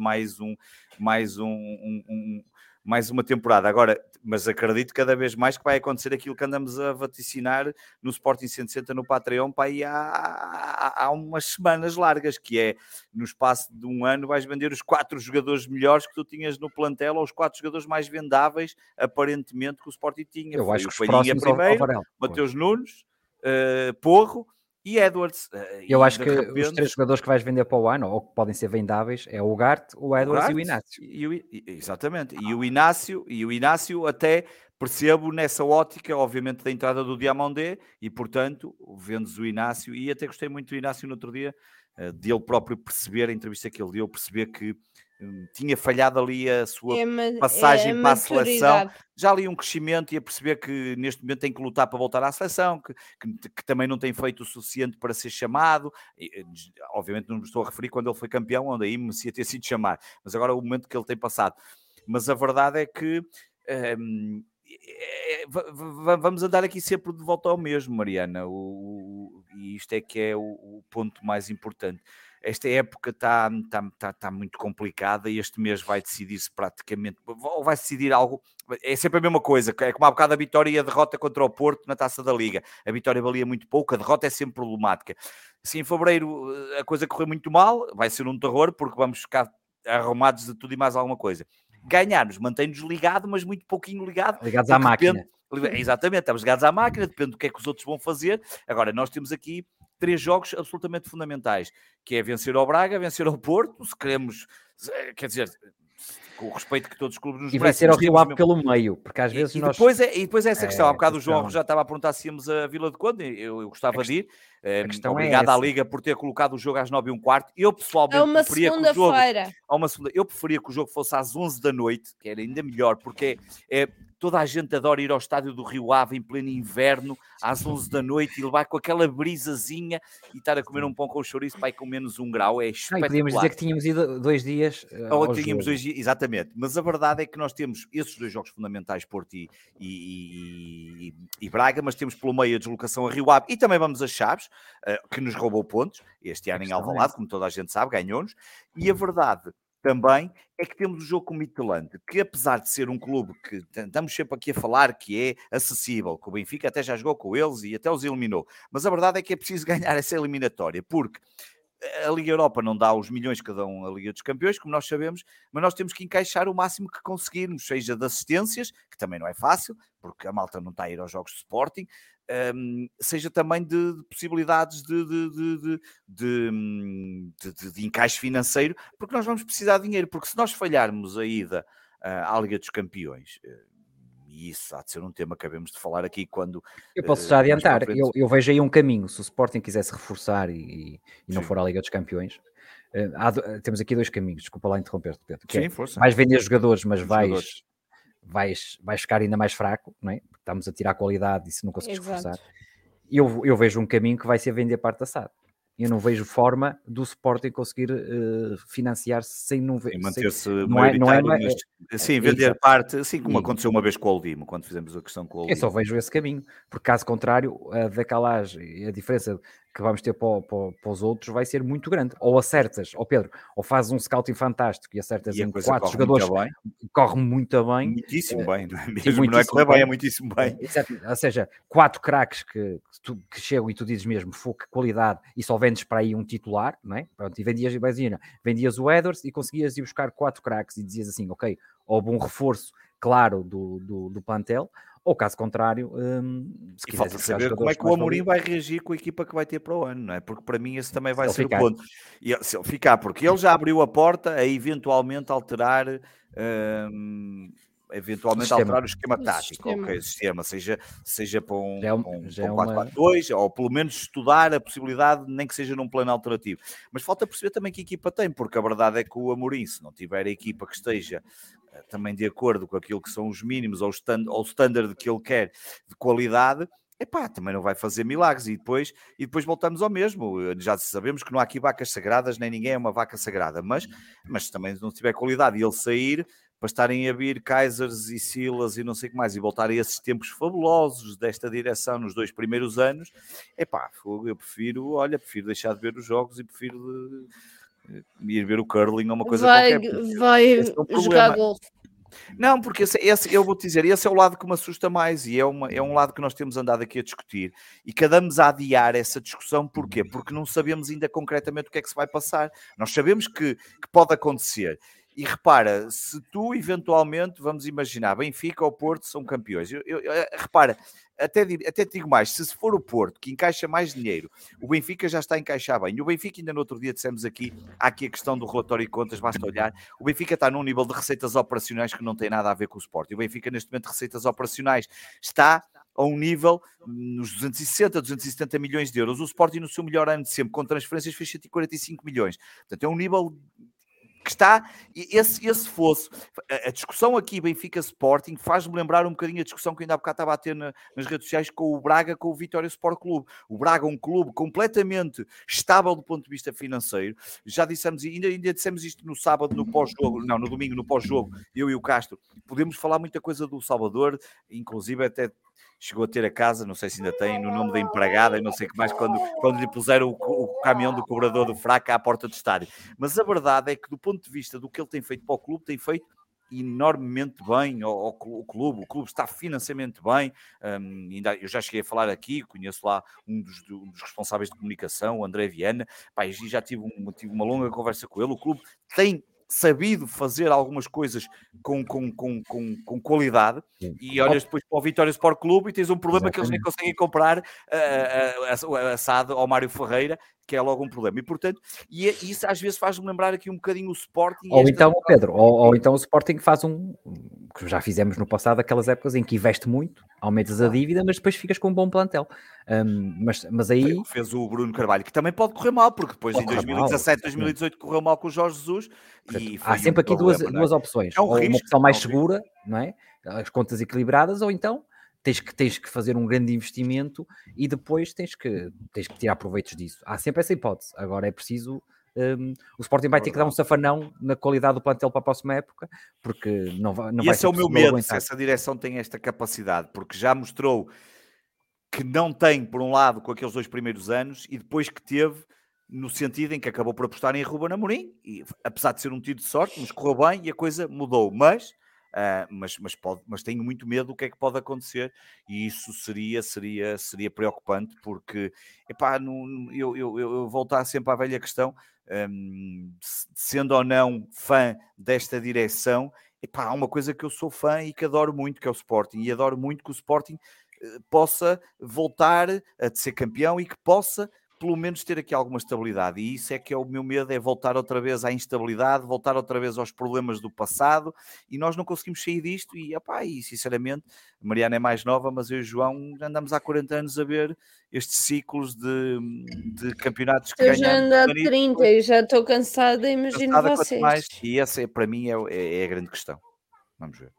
Speaker 2: mais uma temporada. Agora, mas acredito cada vez mais que vai acontecer aquilo que andamos a vaticinar no Sporting 160 no Patreon para aí há umas semanas largas, que é, no espaço de um ano vais vender os 4 jogadores melhores que tu tinhas no plantel, ou os 4 jogadores mais vendáveis, aparentemente, que o Sporting tinha.
Speaker 3: Eu
Speaker 2: Foi
Speaker 3: acho
Speaker 2: o
Speaker 3: que
Speaker 2: Palhinha primeiro, Mateus Nunes, Porro e Edwards.
Speaker 3: Eu acho que os 3 jogadores que vais vender para o ano, ou que podem ser vendáveis, é o Ugarte, o Edwards e o Inácio.
Speaker 2: Exatamente. E o Inácio até percebo nessa ótica, obviamente, da entrada do Diamandé, e portanto, vendes o Inácio, e até gostei muito do Inácio no outro dia, de ele próprio perceber, a entrevista que ele deu, perceber que tinha falhado ali a sua passagem para a seleção. Já ali um crescimento e a perceber que neste momento tem que lutar para voltar à seleção, que também não tem feito o suficiente para ser chamado. Obviamente não me estou a referir quando ele foi campeão, onde aí merecia ter sido chamado, mas agora é o momento que ele tem passado. Mas a verdade é que vamos andar aqui sempre de volta ao mesmo, Mariana, e isto é que é o ponto mais importante. Esta época está muito complicada e este mês vai decidir-se praticamente, ou vai decidir algo, é sempre a mesma coisa, é como há bocado a vitória e a derrota contra o Porto na Taça da Liga. A vitória valia muito pouco, a derrota é sempre problemática. Se em fevereiro a coisa correr muito mal, vai ser um terror, porque vamos ficar arrumados de tudo e mais alguma coisa. Ganharmos, mantém-nos ligado, mas muito pouquinho ligado.
Speaker 3: Ligados à máquina.
Speaker 2: Exatamente, estamos ligados à máquina, depende do que é que os outros vão fazer. Agora, nós temos aqui 3 jogos absolutamente fundamentais, que é vencer ao Braga, vencer ao Porto, se queremos, quer dizer, com o respeito que todos os clubes nos merecem.
Speaker 3: E vencer ao Rio Ave pelo meio, porque às vezes nós...
Speaker 2: Depois essa questão, há bocado o João já estava a perguntar se íamos a Vila de Conde, eu gostava de ir, obrigado à Liga por ter colocado o jogo às 9h15, eu pessoalmente preferia que o jogo... Eu preferia que o jogo fosse às 11 da noite, que era ainda melhor, porque toda a gente adora ir ao estádio do Rio Ave em pleno inverno, às 11 da noite, e levar com aquela brisazinha e estar a comer um pão com chouriço para ir com menos 1 grau. É espetacular.
Speaker 3: Podíamos dizer que tínhamos ido 2 dias.
Speaker 2: Ou tínhamos 2 dias, exatamente. Mas a verdade é que nós temos esses 2 jogos fundamentais, Porto e Braga, mas temos pelo meio a deslocação a Rio Ave e também vamos a Chaves, que nos roubou pontos este ano em Alvalade, como toda a gente sabe, ganhou-nos. E a verdade também é que temos o jogo com o Midtjylland, que apesar de ser um clube que estamos sempre aqui a falar que é acessível, que o Benfica até já jogou com eles e até os eliminou, mas a verdade é que é preciso ganhar essa eliminatória, porque a Liga Europa não dá os milhões que dão a Liga dos Campeões, como nós sabemos, mas nós temos que encaixar o máximo que conseguirmos, seja de assistências, que também não é fácil, porque a malta não está a ir aos jogos de Sporting, seja também de possibilidades de encaixe financeiro, porque nós vamos precisar de dinheiro, porque se nós falharmos a ida à Liga dos Campeões, e isso há de ser um tema que havemos de falar aqui quando...
Speaker 3: Eu posso já adiantar,
Speaker 2: mais para a frente.
Speaker 3: eu vejo aí um caminho, se o Sporting quisesse reforçar e não
Speaker 2: Sim.
Speaker 3: for à Liga dos Campeões, temos aqui 2 caminhos, desculpa lá interromper-te, Pedro, que
Speaker 2: Sim,
Speaker 3: é,
Speaker 2: força.
Speaker 3: vais vender jogadores, mas
Speaker 2: Jogadores.
Speaker 3: vais ficar ainda mais fraco, não é? Porque estamos a tirar qualidade e se não consegues
Speaker 1: Exato.
Speaker 3: reforçar. Eu vejo um caminho que vai ser vender parte da SAD. Eu não vejo forma do Sporting conseguir financiar-se sem não ver.
Speaker 2: E manter-se
Speaker 3: Não é,
Speaker 2: maioritário, mas sim, vender
Speaker 3: exato.
Speaker 2: parte, assim como
Speaker 3: E-
Speaker 2: aconteceu uma vez com o Oldimo, quando fizemos a questão com o
Speaker 3: Eu só
Speaker 2: Oldimo.
Speaker 3: vejo esse caminho, porque caso contrário, a decalagem e a diferença que vamos ter para os outros vai ser muito grande. Ou acertas, ou Pedro, ou fazes um scouting fantástico e acertas
Speaker 2: E a
Speaker 3: em
Speaker 2: coisa
Speaker 3: 4
Speaker 2: corre
Speaker 3: jogadores,
Speaker 2: muito bem,
Speaker 3: corre muito bem.
Speaker 2: muitíssimo bem, não é
Speaker 3: Sim,
Speaker 2: mesmo? Não é correr bem, é muitíssimo bem.
Speaker 3: Exato. Ou seja, 4 craques que chegam e tu dizes mesmo, que qualidade, e só vendes para aí um titular, não é? Pronto, e vendias o Edwards e conseguias ir buscar 4 craques e dizias assim, ok, houve um reforço claro do plantel, ou caso contrário, se
Speaker 2: E falta
Speaker 3: quiseres
Speaker 2: saber como é que o Amorim vai reagir com a equipa que vai ter para o ano, não é? Porque para mim esse também vai ser o ponto. E se ele ficar, porque ele já abriu a porta a eventualmente alterar o esquema tático, ok, o sistema, seja para um 4-4-2, ou pelo menos estudar a possibilidade, nem que seja num plano alternativo. Mas falta perceber também que equipa tem, porque a verdade é que o Amorim, se não tiver a equipa que esteja também de acordo com aquilo que são os mínimos ou o standard que ele quer de qualidade, também não vai fazer milagres. E depois voltamos ao mesmo. Já sabemos que não há aqui vacas sagradas, nem ninguém é uma vaca sagrada, mas também se não tiver qualidade e ele sair, para estarem a vir Kaisers e Silas e não sei o que mais, e voltar a esses tempos fabulosos desta direção nos 2 primeiros anos, eu prefiro deixar de ver os jogos e prefiro ir ver o curling ou uma coisa qualquer.
Speaker 1: Vai jogar golfe.
Speaker 2: Não, porque esse, eu vou-te dizer, esse é o lado que me assusta mais e é um lado que nós temos andado aqui a discutir e que andamos a adiar essa discussão. Porquê? Porque não sabemos ainda concretamente o que é que se vai passar. Nós sabemos que pode acontecer. E repara, se tu eventualmente, vamos imaginar, Benfica ou Porto são campeões. Repara, até te digo mais, se for o Porto que encaixa mais dinheiro, o Benfica já está a encaixar bem. E o Benfica, ainda no outro dia dissemos aqui, há aqui a questão do relatório de contas, basta olhar, o Benfica está num nível de receitas operacionais que não tem nada a ver com o Sporting. O Benfica, neste momento, de receitas operacionais está a um nível nos 260, 270 milhões de euros. O Sporting, no seu melhor ano de sempre, com transferências, fez 145 milhões. Portanto, é um nível que está, esse fosse, a discussão aqui Benfica Sporting faz-me lembrar um bocadinho a discussão que ainda há bocado estava a ter nas redes sociais com o Braga, com o Vitória Sport Clube. O Braga é um clube completamente estável do ponto de vista financeiro. Já dissemos, ainda dissemos isto no sábado, no domingo, no pós-jogo, eu e o Castro. Podemos falar muita coisa do Salvador, inclusive até chegou a ter a casa, não sei se ainda tem, no nome da empregada e não sei o que mais, quando lhe puseram o caminhão do cobrador do Fraca à porta do estádio. Mas a verdade é que, do ponto de vista do que ele tem feito para o clube, tem feito enormemente bem o clube está financeiramente bem. Eu já cheguei a falar aqui, conheço lá um dos responsáveis de comunicação, o André Viana, e já tive uma longa conversa com ele. O clube tem sabido fazer algumas coisas com qualidade. Sim. E olhas depois para o Vitória Sport Clube e tens um problema. Exatamente. Que eles nem conseguem comprar a SAD ao Mário Ferreira, que é logo um problema. E portanto, isso às vezes faz-me lembrar aqui um bocadinho o Sporting.
Speaker 3: Ou então, Pedro, ou então o Sporting faz que já fizemos no passado, aquelas épocas em que investe muito, aumentas a dívida, mas depois ficas com um bom plantel. Mas aí...
Speaker 2: Fez o Bruno Carvalho, que também pode correr mal, porque depois em 2017, 2018 correu mal com o Jorge Jesus.
Speaker 3: Portanto, há sempre aqui duas opções. Ou uma opção mais segura, não é? As contas equilibradas, ou então tens que fazer um grande investimento e depois tens que tirar proveitos disso. Há sempre essa hipótese. Agora é preciso... o Sporting vai ter que dar um safanão na qualidade do plantel para a próxima época, porque não vai ser.
Speaker 2: Esse é o meu medo, se essa direção tem esta capacidade, porque já mostrou que não tem, por um lado, com aqueles 2 primeiros anos, e depois que teve, no sentido em que acabou por apostar em Ruben Amorim, e apesar de ser um tiro de sorte, mas correu bem e a coisa mudou. Mas tenho muito medo do que é que pode acontecer, e isso seria preocupante, porque eu voltar sempre à velha questão, sendo ou não fã desta direção, há uma coisa que eu sou fã e que adoro muito, que é o Sporting, e adoro muito que o Sporting possa voltar a ser campeão e que possa pelo menos ter aqui alguma estabilidade, e isso é que é o meu medo, é voltar outra vez à instabilidade, voltar outra vez aos problemas do passado, e nós não conseguimos sair disto, e sinceramente, a Mariana é mais nova, mas eu e o João andamos há 40 anos a ver estes ciclos de campeonatos que
Speaker 1: Eu já
Speaker 2: ganhamos,
Speaker 1: ando há 30 e já estou cansada, imagino
Speaker 2: cansada quanto
Speaker 1: vocês.
Speaker 2: mais, e essa para mim é a grande questão. Vamos ver.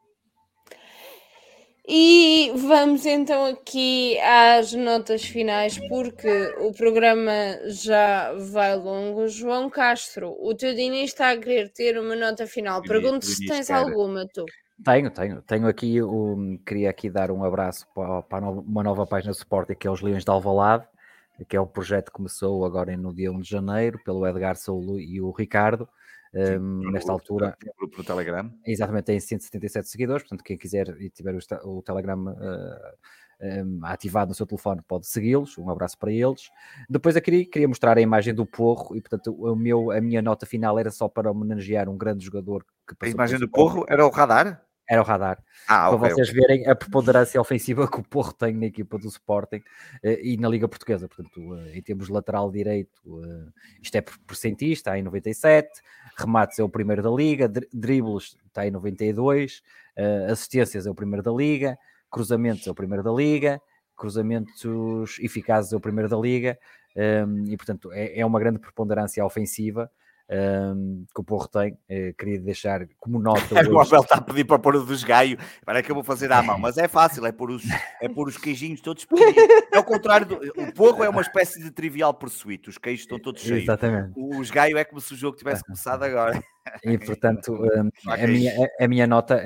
Speaker 1: E vamos então aqui às notas finais, porque o programa já vai longo. João Castro, o teu Dini está a querer ter uma nota final. Pergunto se tens alguma, tu.
Speaker 3: Tenho aqui, queria aqui dar um abraço para uma nova página de Sporting, que é os Leões de Alvalade, que é o projeto que começou agora no dia 1 de janeiro, pelo Edgar Saúl e o Ricardo. Nesta altura,
Speaker 2: o grupo no Telegram.
Speaker 3: Exatamente, tem 177 seguidores, portanto quem quiser e tiver o Telegram ativado no seu telefone pode segui-los, um abraço para eles. Depois eu queria mostrar a imagem do Porro, e portanto a minha nota final era só para homenagear um grande jogador que passou.
Speaker 2: A imagem do Porro era o Radar?
Speaker 3: Era o Radar. Para vocês verem a preponderância ofensiva que o Porro tem na equipa do Sporting e na Liga Portuguesa. Portanto, em termos de lateral direito, isto é percentista, está em 97, remates é o primeiro da Liga, dribles está em 92, assistências é o primeiro da Liga, cruzamentos é o primeiro da Liga, cruzamentos eficazes é o primeiro da Liga, e portanto é uma grande preponderância ofensiva que o Porro tem. Queria deixar como nota.
Speaker 2: O Abel está a pedir para pôr o dos Gaio, para que eu vou fazer à mão, mas é fácil, é pôr os queijinhos todos pequeninos. É o contrário, o Porro é uma espécie de Trivial Pursuit, os queijos estão todos cheios.
Speaker 3: Exatamente.
Speaker 2: Os Gaio é como se o jogo tivesse começado agora.
Speaker 3: E portanto a minha nota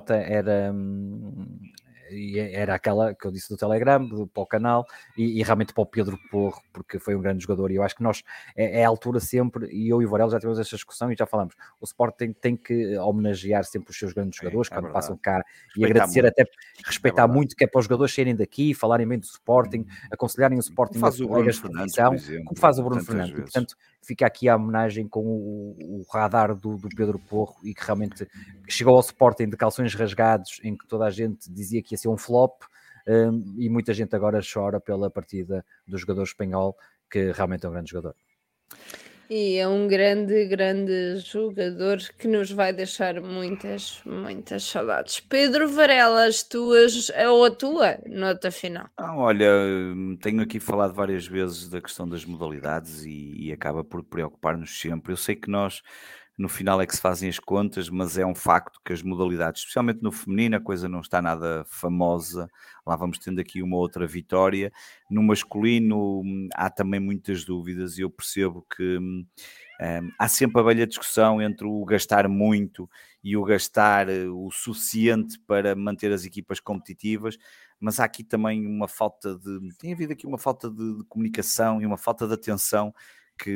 Speaker 3: era aquela que eu disse do Telegram, para o canal, e realmente para o Pedro Porro, porque foi um grande jogador, e eu acho que nós, é a altura sempre, e eu e o Varela já tivemos esta discussão e já falamos, o Sporting tem que homenagear sempre os seus grandes jogadores quando passam cá, e agradecer muito. Até respeitar muito, que é para os jogadores saírem daqui, falarem bem do Sporting, aconselharem o Sporting
Speaker 2: a colegas de posição,
Speaker 3: como faz o Bruno Fernandes, e, portanto fica aqui a homenagem com o radar do Pedro Porro, e que realmente chegou ao Sporting de calções rasgados, em que toda a gente dizia que ia ser um flop, e muita gente agora chora pela partida do jogador espanhol, que realmente é um grande jogador.
Speaker 1: E é um grande jogador que nos vai deixar muitas saudades. Pedro Varela, a tua nota final?
Speaker 2: Olha, tenho aqui falado várias vezes da questão das modalidades e acaba por preocupar-nos sempre. Eu sei que nós, no final é que se fazem as contas, mas é um facto que as modalidades, especialmente no feminino, a coisa não está nada famosa. Lá vamos tendo aqui uma outra vitória. No masculino há também muitas dúvidas, e eu percebo que há sempre a velha discussão entre o gastar muito e o gastar o suficiente para manter as equipas competitivas, mas há aqui também tem havido aqui uma falta de comunicação e uma falta de atenção que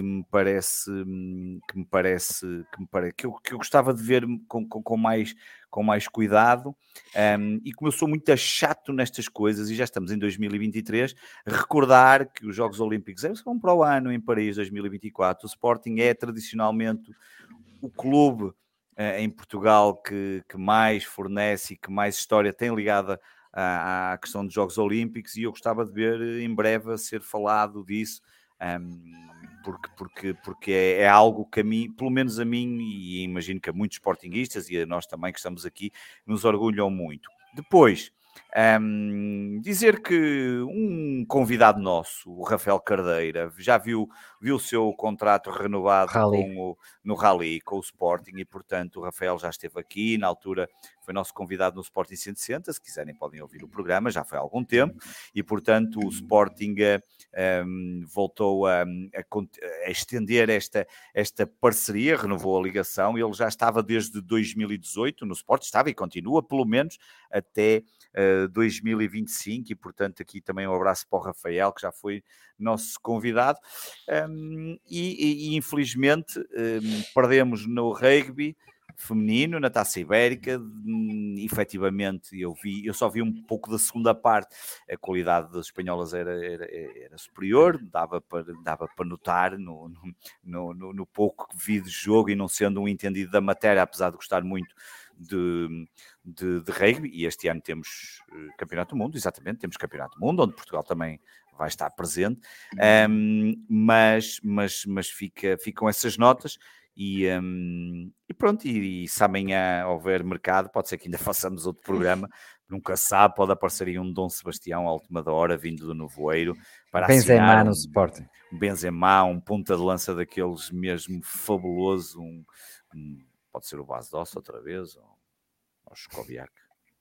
Speaker 2: eu gostava de ver com mais cuidado, e como eu sou muito chato nestas coisas, e já estamos em 2023, recordar que os Jogos Olímpicos são para o ano, em Paris 2024, o Sporting é tradicionalmente o clube em Portugal que mais fornece e que mais história tem ligada à questão dos Jogos Olímpicos, e eu gostava de ver em breve a ser falado disso, porque é algo que a mim, pelo menos a mim, e imagino que a muitos sportinguistas e a nós também que estamos aqui, nos orgulham muito. Depois, dizer que um convidado nosso, o Rafael Cardeira, já viu o seu contrato renovado no Rally com o Sporting, e portanto o Rafael já esteve aqui, na altura foi nosso convidado no Sporting 160, se quiserem podem ouvir o programa, já foi há algum tempo, e portanto o Sporting voltou a estender esta parceria, renovou a ligação. Ele já estava desde 2018 no Sporting, estava e continua pelo menos até 2025, e portanto aqui também um abraço para o Rafael, que já foi nosso convidado, e infelizmente perdemos no rugby feminino, na Taça Ibérica. Efetivamente eu só vi um pouco da segunda parte, a qualidade das espanholas era superior, dava para notar no pouco que vi de jogo, e não sendo um entendido da matéria, apesar de gostar muito de rugby, e este ano temos Campeonato do Mundo, exatamente, temos Campeonato do Mundo, onde Portugal também vai estar presente, mas ficam essas notas. E pronto, e se amanhã houver mercado, pode ser que ainda façamos outro programa, nunca sabe, pode aparecer aí um Dom Sebastião à última da hora, vindo do Nevoeiro, para
Speaker 3: Benzema
Speaker 2: assinar
Speaker 3: no Sporting.
Speaker 2: um Benzema, um ponta de lança daqueles mesmo fabuloso, pode ser o Bas Dost outra vez, ou o Skobiak.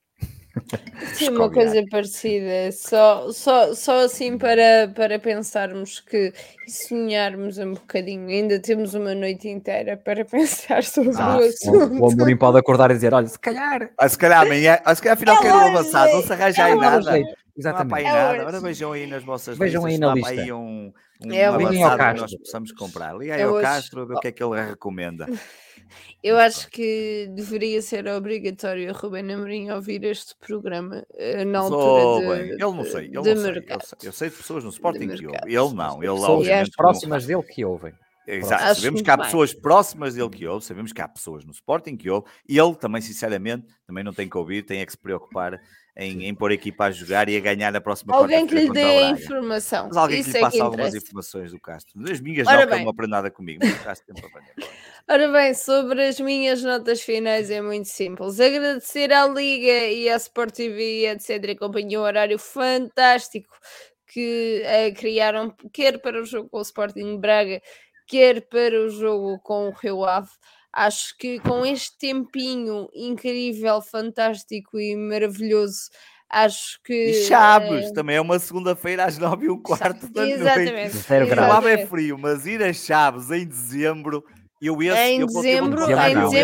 Speaker 1: Sim, uma coisa parecida, só assim para pensarmos que e sonharmos um bocadinho, ainda temos uma noite inteira para pensar sobre o assunto.
Speaker 3: O Amorim pode acordar e dizer, olha, se calhar
Speaker 2: amanhã, se calhar afinal quero avançar, não se arranja aí nada.
Speaker 3: Exatamente.
Speaker 2: Não há para aí nada. Agora vejam aí nas vossas
Speaker 3: Vejam
Speaker 2: listas,
Speaker 3: aí na
Speaker 2: se não há
Speaker 3: lista.
Speaker 2: aí um
Speaker 3: Liguem ao
Speaker 2: avançado que
Speaker 3: Castro.
Speaker 2: nós possamos comprar. Liga aí ao Castro a ver o que é que ele recomenda.
Speaker 1: Eu acho que deveria ser obrigatório a Ruben Amorim ouvir este programa na altura
Speaker 2: Ele não sei,
Speaker 1: de mercado.
Speaker 2: eu sei de pessoas no Sporting que
Speaker 1: mercado.
Speaker 2: ouvem. Ele não, ele
Speaker 3: Pessoas
Speaker 2: obviamente
Speaker 3: próximas dele que ouvem.
Speaker 2: Exato,
Speaker 1: Acho
Speaker 2: sabemos
Speaker 1: muito
Speaker 2: que há
Speaker 1: bem.
Speaker 2: pessoas próximas dele que ouvem, sabemos que há pessoas no Sporting que ouvem, e ele também, sinceramente, também não tem que ouvir, tem é que se preocupar em pôr a equipa a jogar e a ganhar na próxima
Speaker 1: Alguém que
Speaker 2: quarta-feira
Speaker 1: lhe
Speaker 2: contra o
Speaker 1: dê a
Speaker 2: Braga.
Speaker 1: informação.
Speaker 2: Mas alguém
Speaker 1: Isso
Speaker 2: que lhe
Speaker 1: é que
Speaker 2: passe algumas
Speaker 1: interessa.
Speaker 2: informações do Castro. As minhas
Speaker 1: Ora
Speaker 2: não, que ele
Speaker 1: bem.
Speaker 2: não aprende nada comigo, mas o Castro sempre aprende.
Speaker 1: Ora bem, sobre as minhas notas finais é muito simples. Agradecer à Liga e à Sport TV, etc. e companhia, um horário fantástico que criaram, quer para o jogo com o Sporting de Braga, quer para o jogo com o Rio Ave. Acho que com este tempinho incrível, fantástico e maravilhoso, acho que...
Speaker 2: E Chaves, também é uma segunda-feira às 9h15 da noite.
Speaker 1: Exatamente.
Speaker 3: Zero
Speaker 2: O
Speaker 3: graus.
Speaker 2: Ave é frio, mas ir a Chaves em dezembro,
Speaker 1: Em dezembro já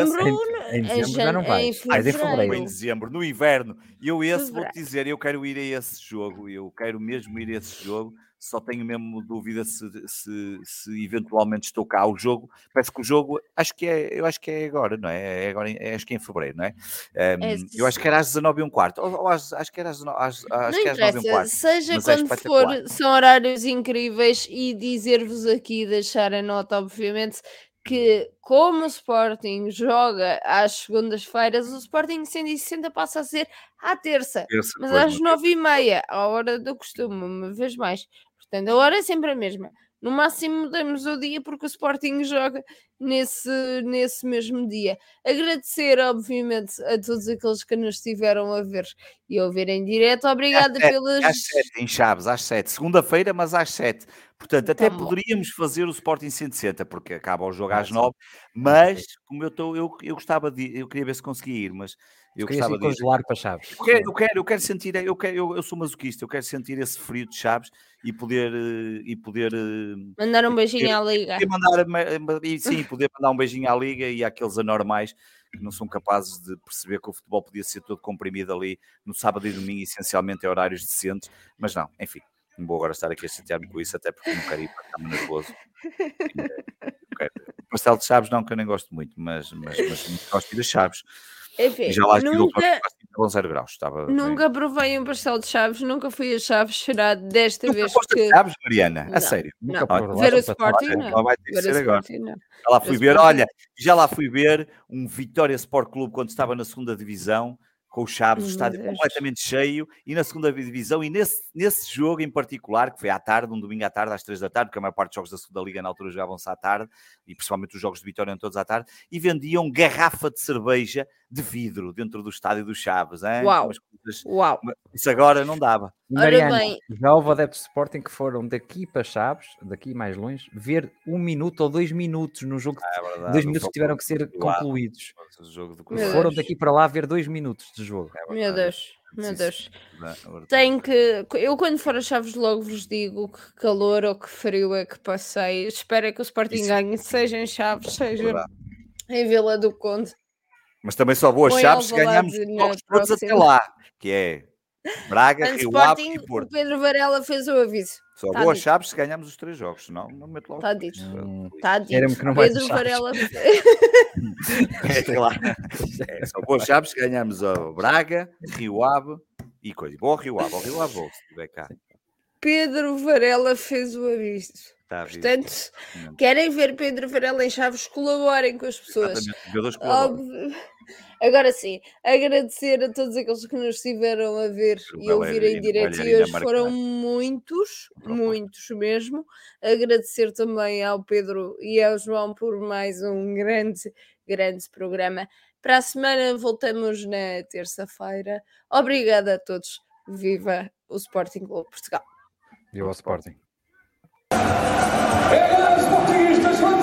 Speaker 3: não vai.
Speaker 1: em
Speaker 3: Vais em
Speaker 2: em
Speaker 3: fevereiro.
Speaker 2: dezembro, no inverno, eu esse
Speaker 1: Fevereiro.
Speaker 2: vou-te dizer, eu quero ir a esse jogo, eu quero mesmo ir a esse jogo, só tenho mesmo dúvida se eventualmente estou cá. O jogo, parece que o jogo, eu acho que é agora, não é? É agora, acho que é em fevereiro, não é? Eu acho que era às 19h15, ou acho que era às
Speaker 1: Não
Speaker 2: 9h15.
Speaker 1: interessa, seja
Speaker 2: mas é
Speaker 1: quando for,
Speaker 2: espetacular.
Speaker 1: são horários incríveis e dizer-vos aqui, deixar a nota, obviamente, que como o Sporting joga às segundas-feiras, o Sporting 160 passa a ser à terça, mas às 9h30, à hora do costume, uma vez mais. Portanto, a hora é sempre a mesma. No máximo mudamos o dia porque o Sporting joga nesse mesmo dia. Agradecer, obviamente, a todos aqueles que nos estiveram a ver e a ouvir em direto. Obrigada pelas...
Speaker 2: Às 7, em Chaves, às 7. Segunda-feira, mas às 7. Portanto, até
Speaker 1: Tá bom.
Speaker 2: poderíamos fazer o Sporting 160, porque acaba o jogo às 9, mas como eu gostava de... Eu queria ver se conseguia ir, mas eu
Speaker 3: Queria
Speaker 2: gostava de ir.
Speaker 3: congelar para Chaves.
Speaker 2: Eu quero sentir, eu sou masoquista, eu quero sentir esse frio de Chaves e poder
Speaker 1: Mandar um beijinho à Liga.
Speaker 2: poder mandar um beijinho à Liga e àqueles anormais que não são capazes de perceber que o futebol podia ser todo comprimido ali no sábado e domingo, essencialmente em horários decentes, mas não, enfim, não vou agora estar aqui a chatear-me com isso, até porque não quero ir para cá nervoso. Pastel de Chaves não, que eu nem gosto muito, mas gosto de ir a Chaves.
Speaker 1: Enfim,
Speaker 2: E já lá estive
Speaker 1: nunca,
Speaker 2: 0 graus. Estava
Speaker 1: nunca provei um pastel de Chaves, nunca fui a Chaves, será desta
Speaker 2: Nunca
Speaker 1: vez
Speaker 2: foste
Speaker 1: que...
Speaker 2: a Chaves, Mariana?
Speaker 1: Não,
Speaker 2: A sério?
Speaker 1: não.
Speaker 3: Nunca por lá,
Speaker 1: Ver o
Speaker 3: só
Speaker 1: Sporting,
Speaker 3: para-
Speaker 1: não.
Speaker 2: Ela vai ter que
Speaker 1: Ver o
Speaker 2: ser agora.
Speaker 1: Sporting, não.
Speaker 2: Já lá fui
Speaker 1: O
Speaker 2: ver,
Speaker 1: Sporting.
Speaker 2: olha, já lá fui ver um Vitória Sport Clube quando estava na segunda divisão, com o Chaves, o
Speaker 1: Meu
Speaker 2: estádio
Speaker 1: Deus.
Speaker 2: completamente cheio, e na segunda divisão, e nesse jogo em particular, que foi à tarde, um domingo à tarde, às 3 da tarde, porque a maior parte dos jogos da segunda liga na altura jogavam-se à tarde, e principalmente os jogos de Vitória eram todos à tarde, e vendiam garrafa de cerveja de vidro dentro do estádio do Chaves. Hein?
Speaker 1: Uau.
Speaker 2: Umas coisas-
Speaker 1: Uau.
Speaker 2: Isso agora não dava.
Speaker 3: Mariana,
Speaker 1: bem.
Speaker 3: já houve adeptos de Sporting que foram daqui para Chaves, daqui mais longe, ver 1 minuto ou 2 minutos no jogo.
Speaker 2: É verdade.
Speaker 3: 2 minutos que tiveram que ser concluídos.
Speaker 2: O jogo do
Speaker 1: Meu
Speaker 3: Foram
Speaker 1: Deus.
Speaker 3: daqui para lá ver 2 minutos de jogo.
Speaker 1: Meu Deus, meu Deus.
Speaker 2: Deus.
Speaker 1: Tenho que... Eu quando for a Chaves logo vos digo que calor ou que frio é que passei. Espero que o Sporting
Speaker 2: Isso.
Speaker 1: ganhe, seja em Chaves, seja
Speaker 2: Verdade.
Speaker 1: em Vila do Conde.
Speaker 2: Mas também só vou a
Speaker 1: Ou em
Speaker 2: Chaves se
Speaker 1: Alvalade
Speaker 2: ganhamos os
Speaker 1: na
Speaker 2: jogos todos até
Speaker 1: próxima.
Speaker 2: lá, que é Braga,
Speaker 1: Portanto,
Speaker 2: Rio Ave
Speaker 1: Sporting,
Speaker 2: e
Speaker 1: o
Speaker 2: Porto.
Speaker 1: Pedro Varela fez o aviso.
Speaker 2: Só
Speaker 1: Tá
Speaker 2: vou a
Speaker 1: dito.
Speaker 2: Chaves se ganhamos os 3 jogos, senão não meto logo.
Speaker 1: Está dito. Está
Speaker 3: Cheira-me
Speaker 1: dito.
Speaker 3: que não vais a
Speaker 1: Pedro
Speaker 3: Chaves.
Speaker 1: Varela...
Speaker 2: É claro. Só vou a Chaves se ganhamos a Braga, Rio Ave e coisa. Vou ao Rio Ave vou, se estiver cá.
Speaker 1: Pedro Varela fez o aviso. Portanto, querem ver Pedro Varela em Chaves, colaborem com as pessoas. Agora sim, agradecer a todos aqueles que nos estiveram a ver e a ouvir em direto, e hoje foram muitos mesmo. Agradecer também ao Pedro e ao João por mais um grande programa. Para a semana voltamos na terça-feira. Obrigada a todos. Viva o Sporting Clube Portugal.
Speaker 3: Viva o Sporting.
Speaker 5: Sportingistas,